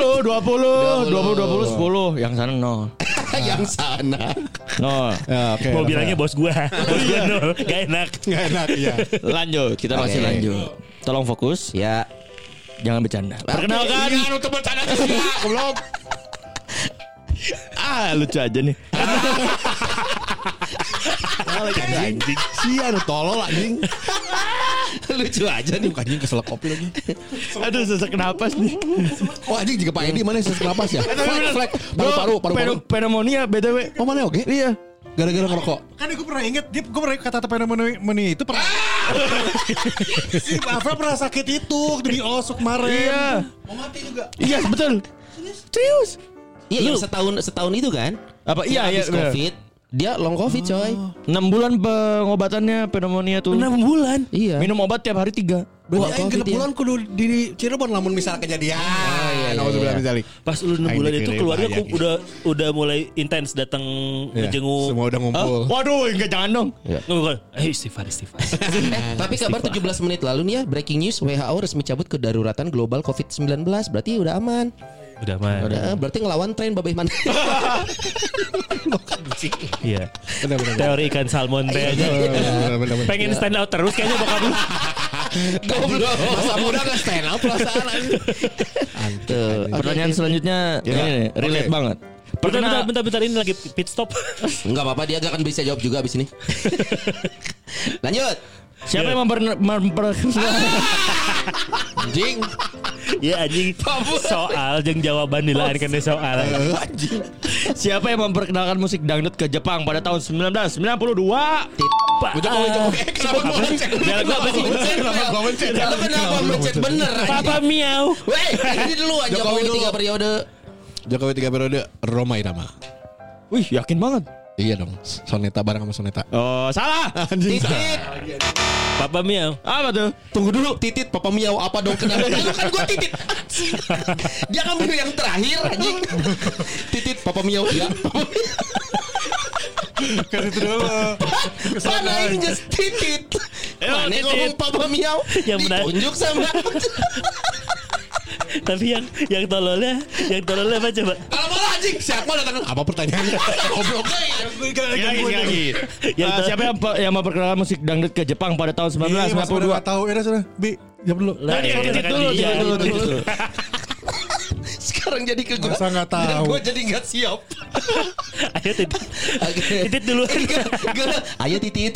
10. Yang sana 0.
Yang sana.
0.
Ya, oke.
Mau bilangnya bos gua. Bos gua nol. Gak enak.
Gak enak ya.
Lanjut, kita masih
Oke.
lanjut. Tolong fokus,
Ya.
jangan bercanda. Perkenalkan.
Iya, untuk bercanda sih. Goblok.
Lucu aja nih.
Anjing. Sian tolol anjing.
Lucu aja nih.
Anjing keselak kopi lagi.
Aduh, sesak napas nih.
Oh anjing juga Pak Edi mana sesak napas ya? Flag. Paru-paru.
Pneumonia BTW.
Oh mana oke?
Iya.
Gara-gara ngerokok.
Kan gue pernah inget, gue pernah kata pneumonia itu pernah. Si Rafael pernah sakit itu di Osok kemarin.
Iya.
Mau mati juga.
Iya, betul. Serius.
Iya, yang setahun itu kan?
Apa? Iya,
Habis
bener.
Covid. Dia long covid coy.
6 bulan pengobatannya pneumonia tuh.
6 bulan.
Iya.
Minum obat tiap hari 3.
Berarti aing
COVID
genep
ya.
bulan kudu di Cirebon lamun misal kejadian.
iya.
Misalik.
Pas lu 6 bulan itu keluarga udah mulai intens datang ngejenguk.
Semua udah ngumpul.
Waduh, enggak jangan dong.
Bukan. Istighfar.
Tapi kabar 17 menit lalu nih ya, breaking news, WHO resmi cabut kedaruratan global COVID-19. Berarti udah aman.
Udah mah.
Berarti ngelawan tren babeh mana.
Iya. Teori ikan salmon teh aja. Pengen stand out terus kayaknya bokap lu.
Goblok. Masa muda gak stand up perasaan.
Pertanyaan selanjutnya ini nih, relate banget.
Bentar ini lagi pit stop.
Enggak apa-apa, dia gak akan bisa jawab juga abis ini. Lanjut.
Siapa yang
Anjing.
Ya anjing. Soal jeung jawaban dilainkan dari soal.
Siapa yang memperkenalkan musik dangdut ke Jepang pada tahun 1992?
Jokowi. Kenapa mencet?
Kenapa sih?
Kenapa mencet bener?
Papa Miau.
Weh, ini dulu aja Jokowi 3 periode.
Jokowi 3 periode, Roma Irama.
Wih, yakin banget.
Iya dong, Soneta bareng sama Soneta.
Oh, salah.
Titit.
Papa Miau.
Apa tuh?
Tunggu dulu, Titit Papa Miau apa dong kenapa? Kan gua Titit. Dia kan pilih yang terakhir anjing. Titit Papa Miau ya.
Kan itu dulu.
Mana ini just Titit. Mana
Titit.
ngomong Papa Miau?
Yang benar.
Ditunjuk sama.
Tapi yang tololnya apa coba?
Kalau malah anjing, siapa datang? Apa pertanyaannya? Goblok.
Lagi. Siapa yang memperkenalkan musik dangdut ke Jepang pada tahun 1992?
Tahu ya sudah. Bi, jawab dulu.
Tadi titit dulu.
Sekarang jadi ke gua.
Masa nggak tahu?
Gua jadi nggak siap.
Ayo titit dulu.
Ayo Titit.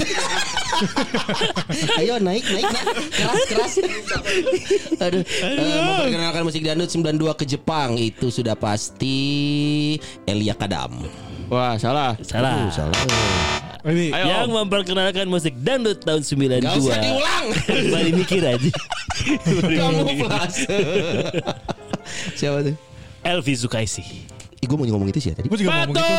Ayo naik. Keras. Aduh. Memperkenalkan musik dangdut 92 ke Jepang itu sudah pasti Elia Kadam.
Wah, salah.
Salah.
Bi,
Ayo.
Yang memperkenalkan musik dangdut tahun 92.
Gak usah diulang.
Balik mikir aja.
Kamu plus. Siapa tuh?
Elvi Sukaisi.
Gue mau ngomong itu sih ya tadi.
gue juga ngomong gitu.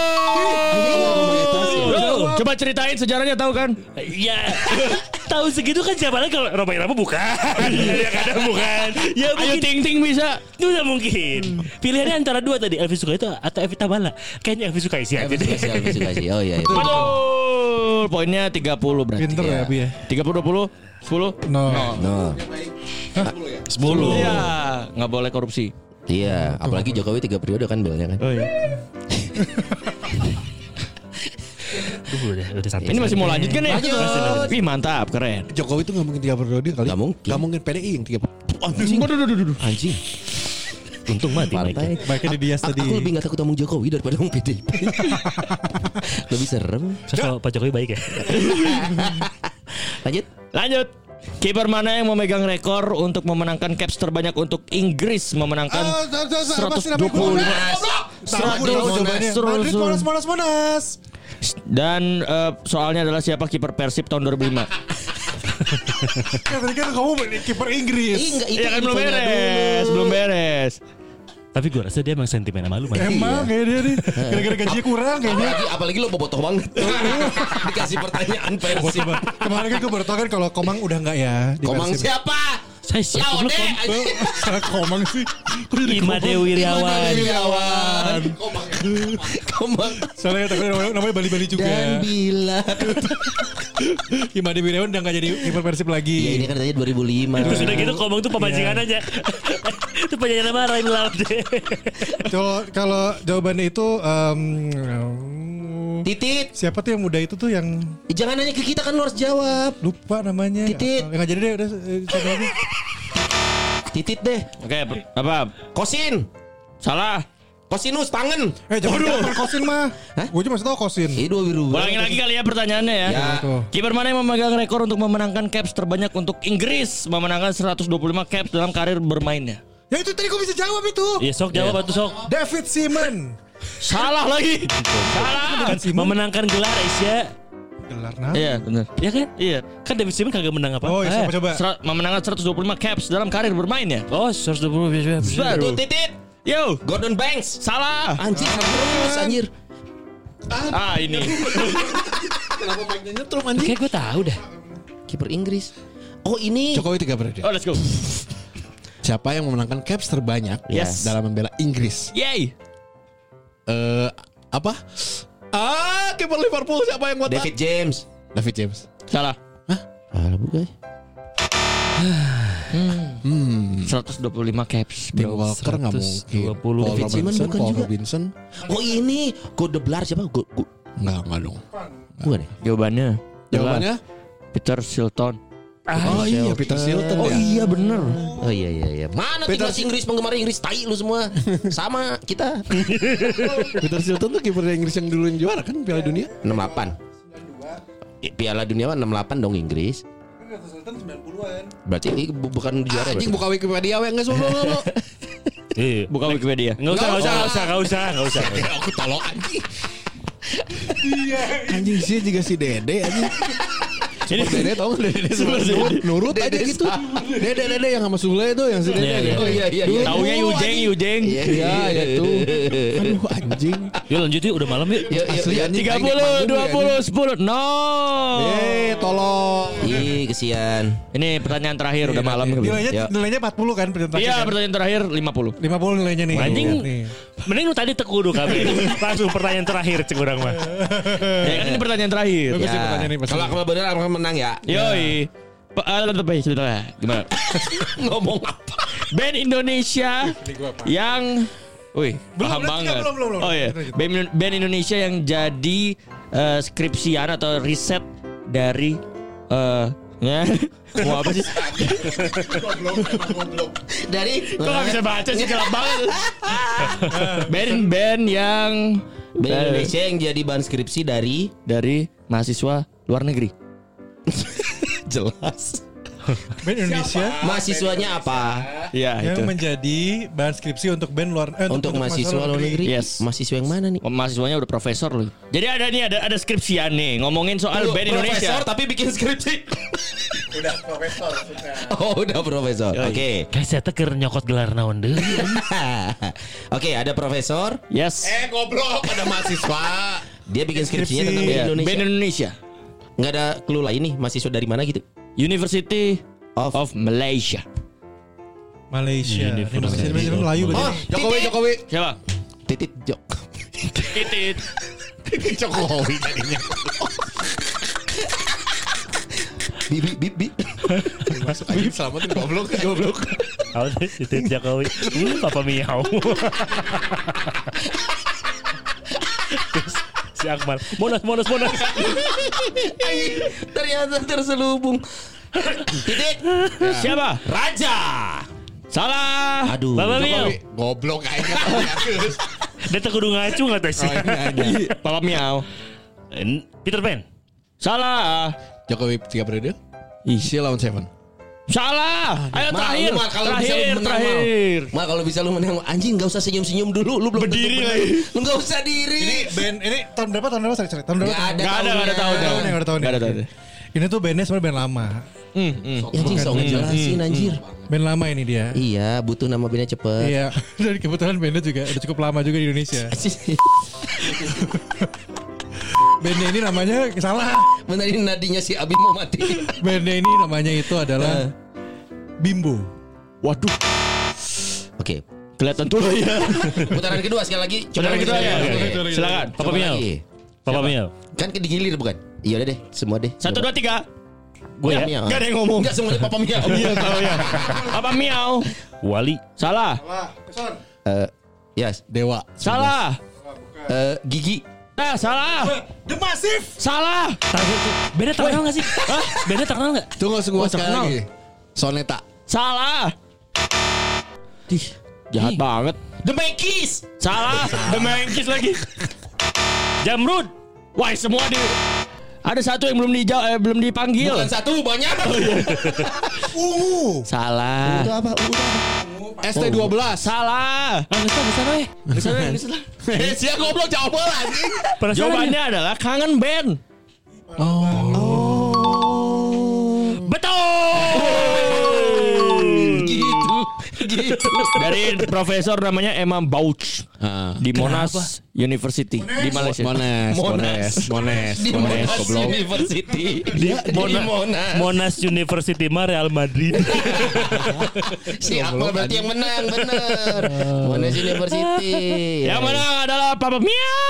Bro, coba ceritain sejarahnya tahu kan?
Ya tahun segitu kan siapa lagi kalau Roma Irama bukan. Ya kadang bukan. Ya
Ayo
mungkin
ting bisa.
itu udah mungkin. Pilihannya antara dua tadi, Elvi Sukaisi atau Evita Bala. Kayaknya Elvi Sukaisi aja deh.
Elvi Sukaisi. Oh iya.
Betul. Poinnya 30 berarti.
Pinter ya Bi ya.
30 20 10.
No.
No.
10.
Iya, enggak boleh korupsi.
Iya, apalagi Jokowi 3 periode kan belnya kan.
Oh iya.
Udah sampai.
Ini masih mau lanjut kan ya?
Lanjut.
Wih, mantap, keren.
Jokowi itu nggak mungkin 3 periode kali.
Nggak mungkin.
Nggak mungkin PDI yang 3.
Anjing.
Untung mati
Partai.
Mike.
Baiknya di Dias tadi.
Aku lebih gak takut ngomong Jokowi daripada ngomong PDIP. Lebih serem.
Kalau Pak Jokowi baik ya.
Lanjut. Kiper mana yang memegang rekor untuk memenangkan caps terbanyak untuk Inggris memenangkan 125
Monas.
dan soalnya adalah siapa kiper Persib tahun 2005.
Tadi kan kamu kiper Inggris.
Enggak, itu
Iya kan belum
infonya
beres,
dulu.
belum beres.
Tapi gue rasa dia emang sentimen sama lu.
Emang kayak dia nih. Gara-gara gajinya kurang kayaknya.
Apalagi lo bobotoh banget. Dikasih pertanyaan Persib.
Kemarin kan gue baru tau kan kalau Komang udah enggak ya. Di
Komang
Persib.
siapa?
Saya siap dulu.
Laude.
Salah Komang sih. Kok jadi
Imade Wiryawan.
Komang.
Soalnya namanya Bali-Bali juga.
Dan bila.
Imade Wiryawan udah gak jadi kiper Persib lagi.
Ya ini kan tadi 2005.
Terus udah gitu ngomong tuh pemajikan aja. Itu penyanyi nama Rain Laude.
Kalau jawabannya itu
Titit.
siapa tuh yang muda itu tuh yang
Jangan nanya ke kita kan lo harus jawab.
lupa namanya.
Titit.
Nggak jadi deh udah coba aja.
Titit deh.
Oke, apa?
Kosin.
Salah.
Kosinus tangan.
Jangan Kosin mah. Gue cuma tahu Kosin.
Ini 2 biru.
Ulangin lagi kali ya pertanyaannya ya.
Ya.
Tuh.
Kiper mana yang memegang rekor untuk memenangkan caps terbanyak untuk Inggris, memenangkan 125 caps dalam karir bermainnya?
Ya itu tadi gue bisa jawab itu.
Iya sok jawab atuh sok.
David Seaman.
Salah lagi. Salah.
Memenangkan gelar Asia.
Gelar nama.
Iya, benar.
Iya kan?
Iya.
Kan David Seaman kagak menang apa?
Oh, iya, coba.
Memenangkan 125 caps dalam karir bermainnya.
Oh, 120.
Betul Titit.
Yo,
Gordon Banks.
salah.
Anjir terus anjir.
Ini.
Kenapa mic-nya nyetrum anjing?
Kayak gue tahu dah.
Kiper Inggris. Oh ini.
Jokowi 3 periode.
Oh, let's go.
Siapa yang memenangkan caps terbanyak
Yes.
dalam membela Inggris?
Yay.
Apa? Kiper Liverpool siapa yang buat?
David James.
David James.
Salah.
Bukan.
125 caps,
Tim
bro.
Walker nggak mungkin.
120.
Paul
David Seaman
Robinson,
bukan
Paul
juga.
Robinson.
Oh ini Godeblar siapa?
Enggak dong.
Bukan ya?
Jawabannya.
Jawabannya?
Peter Shilton.
Oh iya, Peter Shilton
Oh
ya.
iya bener.
Oh iya. Mana timnas Inggris, penggemar Inggris, tai lu semua. Sama kita.
Peter Shilton tuh kiper Inggris yang dulu yang juara kan Piala Dunia.
68. Piala Dunia 68 dong Inggris. Berarti ini bukan juara.
Anjing buka Wikipedia we enggak solo.
Iya.
Buka Wikipedia.
Enggak usah.
Aku tolong anjing. Anjing sih juga si Dede anjing. Ini Dede tau gak Dede nurut aja gitu. Dede yang sama Sule itu yang si Dede.
Oh iya.
Taunya Yujeng.
Iya itu. Aduh anjing.
Yuk lanjut yuk, udah malam yuk.
Asli anjing.
30, 20, 10. No.
Tolong.
Ih, kesian.
Ini pertanyaan terakhir udah malam.
Nilainya 40 kan pertanyaan
Iya,
kan?
pertanyaan terakhir 50.
50 nilainya nih.
Anjing.
Nih.
Mending lu tadi tekudu kami. Langsung pertanyaan terakhir cek urang mah.
Ya kan ini pertanyaan terakhir.
Bagus sih pertanyaan ini pasti.
Kalau benar akan menang ya.
Yoi. Sebentar. Gimana?
Ngomong apa?
Band Indonesia yang paham banget.
belum.
Oh iya. Band Indonesia yang jadi skripsian atau riset dari mau apa sih?
Dari
Kok gak bisa baca sih, gelap banget. Band yang
Indonesia yang jadi bahan skripsi dari
mahasiswa luar negeri.
jelas.
Band Indonesia
Mahasiswanya apa?
Iya
yang
itu.
menjadi bahan skripsi untuk band luar
Untuk mahasiswa luar negeri.
Yes.
Mahasiswa yang mana nih?
Mahasiswanya udah profesor loh. Jadi ada skripsian nih ngomongin soal band Indonesia.
Profesor tapi bikin skripsi.
Udah profesor suka.
Oh, udah profesor. Oke.
Kayak saya teker nyokot gelar naon deui.
Oke, ada profesor.
Yes.
Goblok ada mahasiswa.
Dia bikin skripsinya tentang
Iya,
band Indonesia.
band Indonesia.
Nggak ada clue lain nih, mahasiswa dari mana gitu?
University of Malaysia.
Malaysia. Ini Malaysia Melayu berarti.
Jokowi.
Siapa?
Titit Jok.
Titit.
Jokowi tadinya.
Bibi.
Masuk aja selamatin goblok.
Apa sih Titit Jokowi? Papa Miau. Si Akmal. Monas.
Ternyata terselubung. Titit.
Siapa?
Raja.
Salah.
Aduh.
Papa Miau.
Goblok kayaknya.
Dia teh kudu ngacu enggak tuh sih?
Papa Miau.
Peter Pan.
Salah.
Jokowi 3 periode. Isi lawan Seven.
Salah. Ayo terakhir.
Mal, kalau bisa lu menang,
Terakhir.
Mal, kalau bisa lu menang, anjing enggak usah senyum-senyum dulu, lu belum
Berdiri
tentu
lagi.
bener. Lu enggak usah diri.
Ini band ini tahun berapa? Sorry. Tahun berapa?
Nggak ada.
Gak ada tahunnya.
Nggak ada tahunnya. Ini tuh bandnya sebenarnya band lama.
Ya, anjing sok ngejelasin anjir.
Band lama ini dia.
Iya, butuh nama bandnya cepet.
Iya. Dan kebetulan bandnya juga udah cukup lama juga di Indonesia. Bandnya ini namanya salah.
Bener ini nadinya si Abi mau mati.
Bandnya ini namanya itu adalah Bimbo.
Waduh.
Oke.
Kelihatan tuh ya.
Putaran kedua sekali lagi.
Putaran kedua ya.
Oke.
Silakan.
Papa
Coba
Miau.
lagi.
Papa Miau.
Kan digilir bukan? Iya udah deh, semua deh.
1, 2, 3.
Gue ya.
Miau.
Gak ada yang ngomong.
Enggak semuanya Papa Miau.
Iya tahu ya. Papa Miau.
Wali.
Salah.
Yes.
Dewa.
Salah.
Gigi.
Nah, salah.
The Massive.
Salah.
Beda terkenal gak sih? Hah? Beda terkenal gak?
Tunggu sekali
terkenal.
lagi. Soneta.
Salah. Jahat banget.
The Monkeys.
Salah. The Monkeys lagi.
Jamrud.
Wah, semua ada satu yang belum dipanggil.
Bukan satu, banyak.
Ungu.
Salah.
Itu apa?
ST12.
Salah.
Bisa.
Sia goblok jawab anjing.
Jawabannya adalah Kangen Band.
Betul.
Gitu. Gitu.
Dari profesor namanya Emma Bauch di Monash University di Malaysia.
Monash.
Di Monash University.
Di Monash University mah Real Madrid.
Si Akmal berarti yang menang, bener. Monash University.
Yang menang adalah Papa Mia.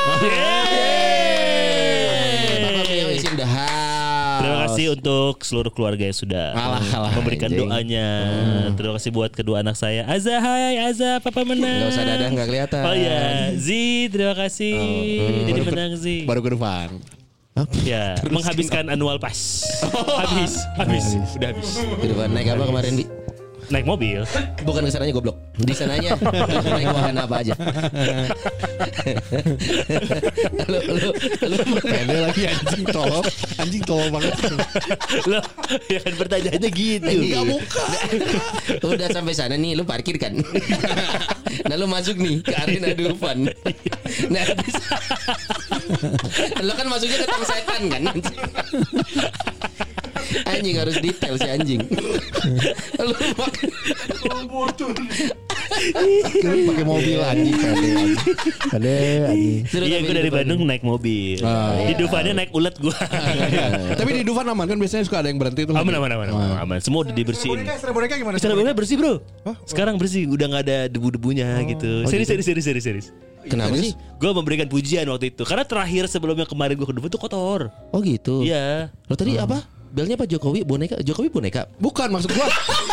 Papa Mia is in the house.
Terima kasih untuk seluruh keluarga yang sudah memberikan
anjing.
doanya. Terima kasih buat kedua anak saya. Azza, hai Azza, Papa menang.
Gak usah dadah, gak kelihatan.
Oh iya, Zi, terima kasih. Jadi menang Zi.
Baru ke depan.
Ya, menghabiskan annual pass. Habis. Udah habis.
Ke depan naik apa kemarin, Bi?
Naik mobil.
Bukan ke sananya goblok. Di sananya naik wahana apa aja. Lu
Pede lagi anjing tolol banget.
Loh, ya kan pertanyaannya gitu.
Enggak buka. Udah sampai sana nih, lu parkir kan. Nah lu masuk nih ke arena Dufan. Nah lu kan masuknya ke tang setan kan. Anjing harus detail si anjing. Lu
Pakai mobil anjing pede anjing.
Iya, gue dari Bandung naik mobil. Di Dufannya naik ulet gue.
Tapi di Dufan aman kan, biasanya suka ada yang berhenti tuh.
Aman. Semua udah dibersihin.
Istana boneka gimana?
Istana boneka bersih bro. Sekarang bersih, udah nggak ada debu-debunya gitu. Serius.
kenapa sih?
Gue memberikan pujian waktu itu karena terakhir sebelumnya kemarin gue ke Dufan tuh kotor.
Oh gitu.
Iya.
Lo tadi apa? Belnya Pak Jokowi boneka. Jokowi boneka.
Bukan maksud gua.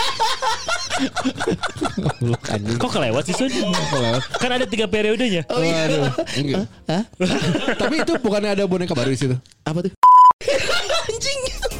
Kok kelewat sih Sun? Kan ada 3 periodenya.
Oh iya.
Enggak. Tapi itu bukannya ada boneka baru di situ?
Apa tuh? Anjing.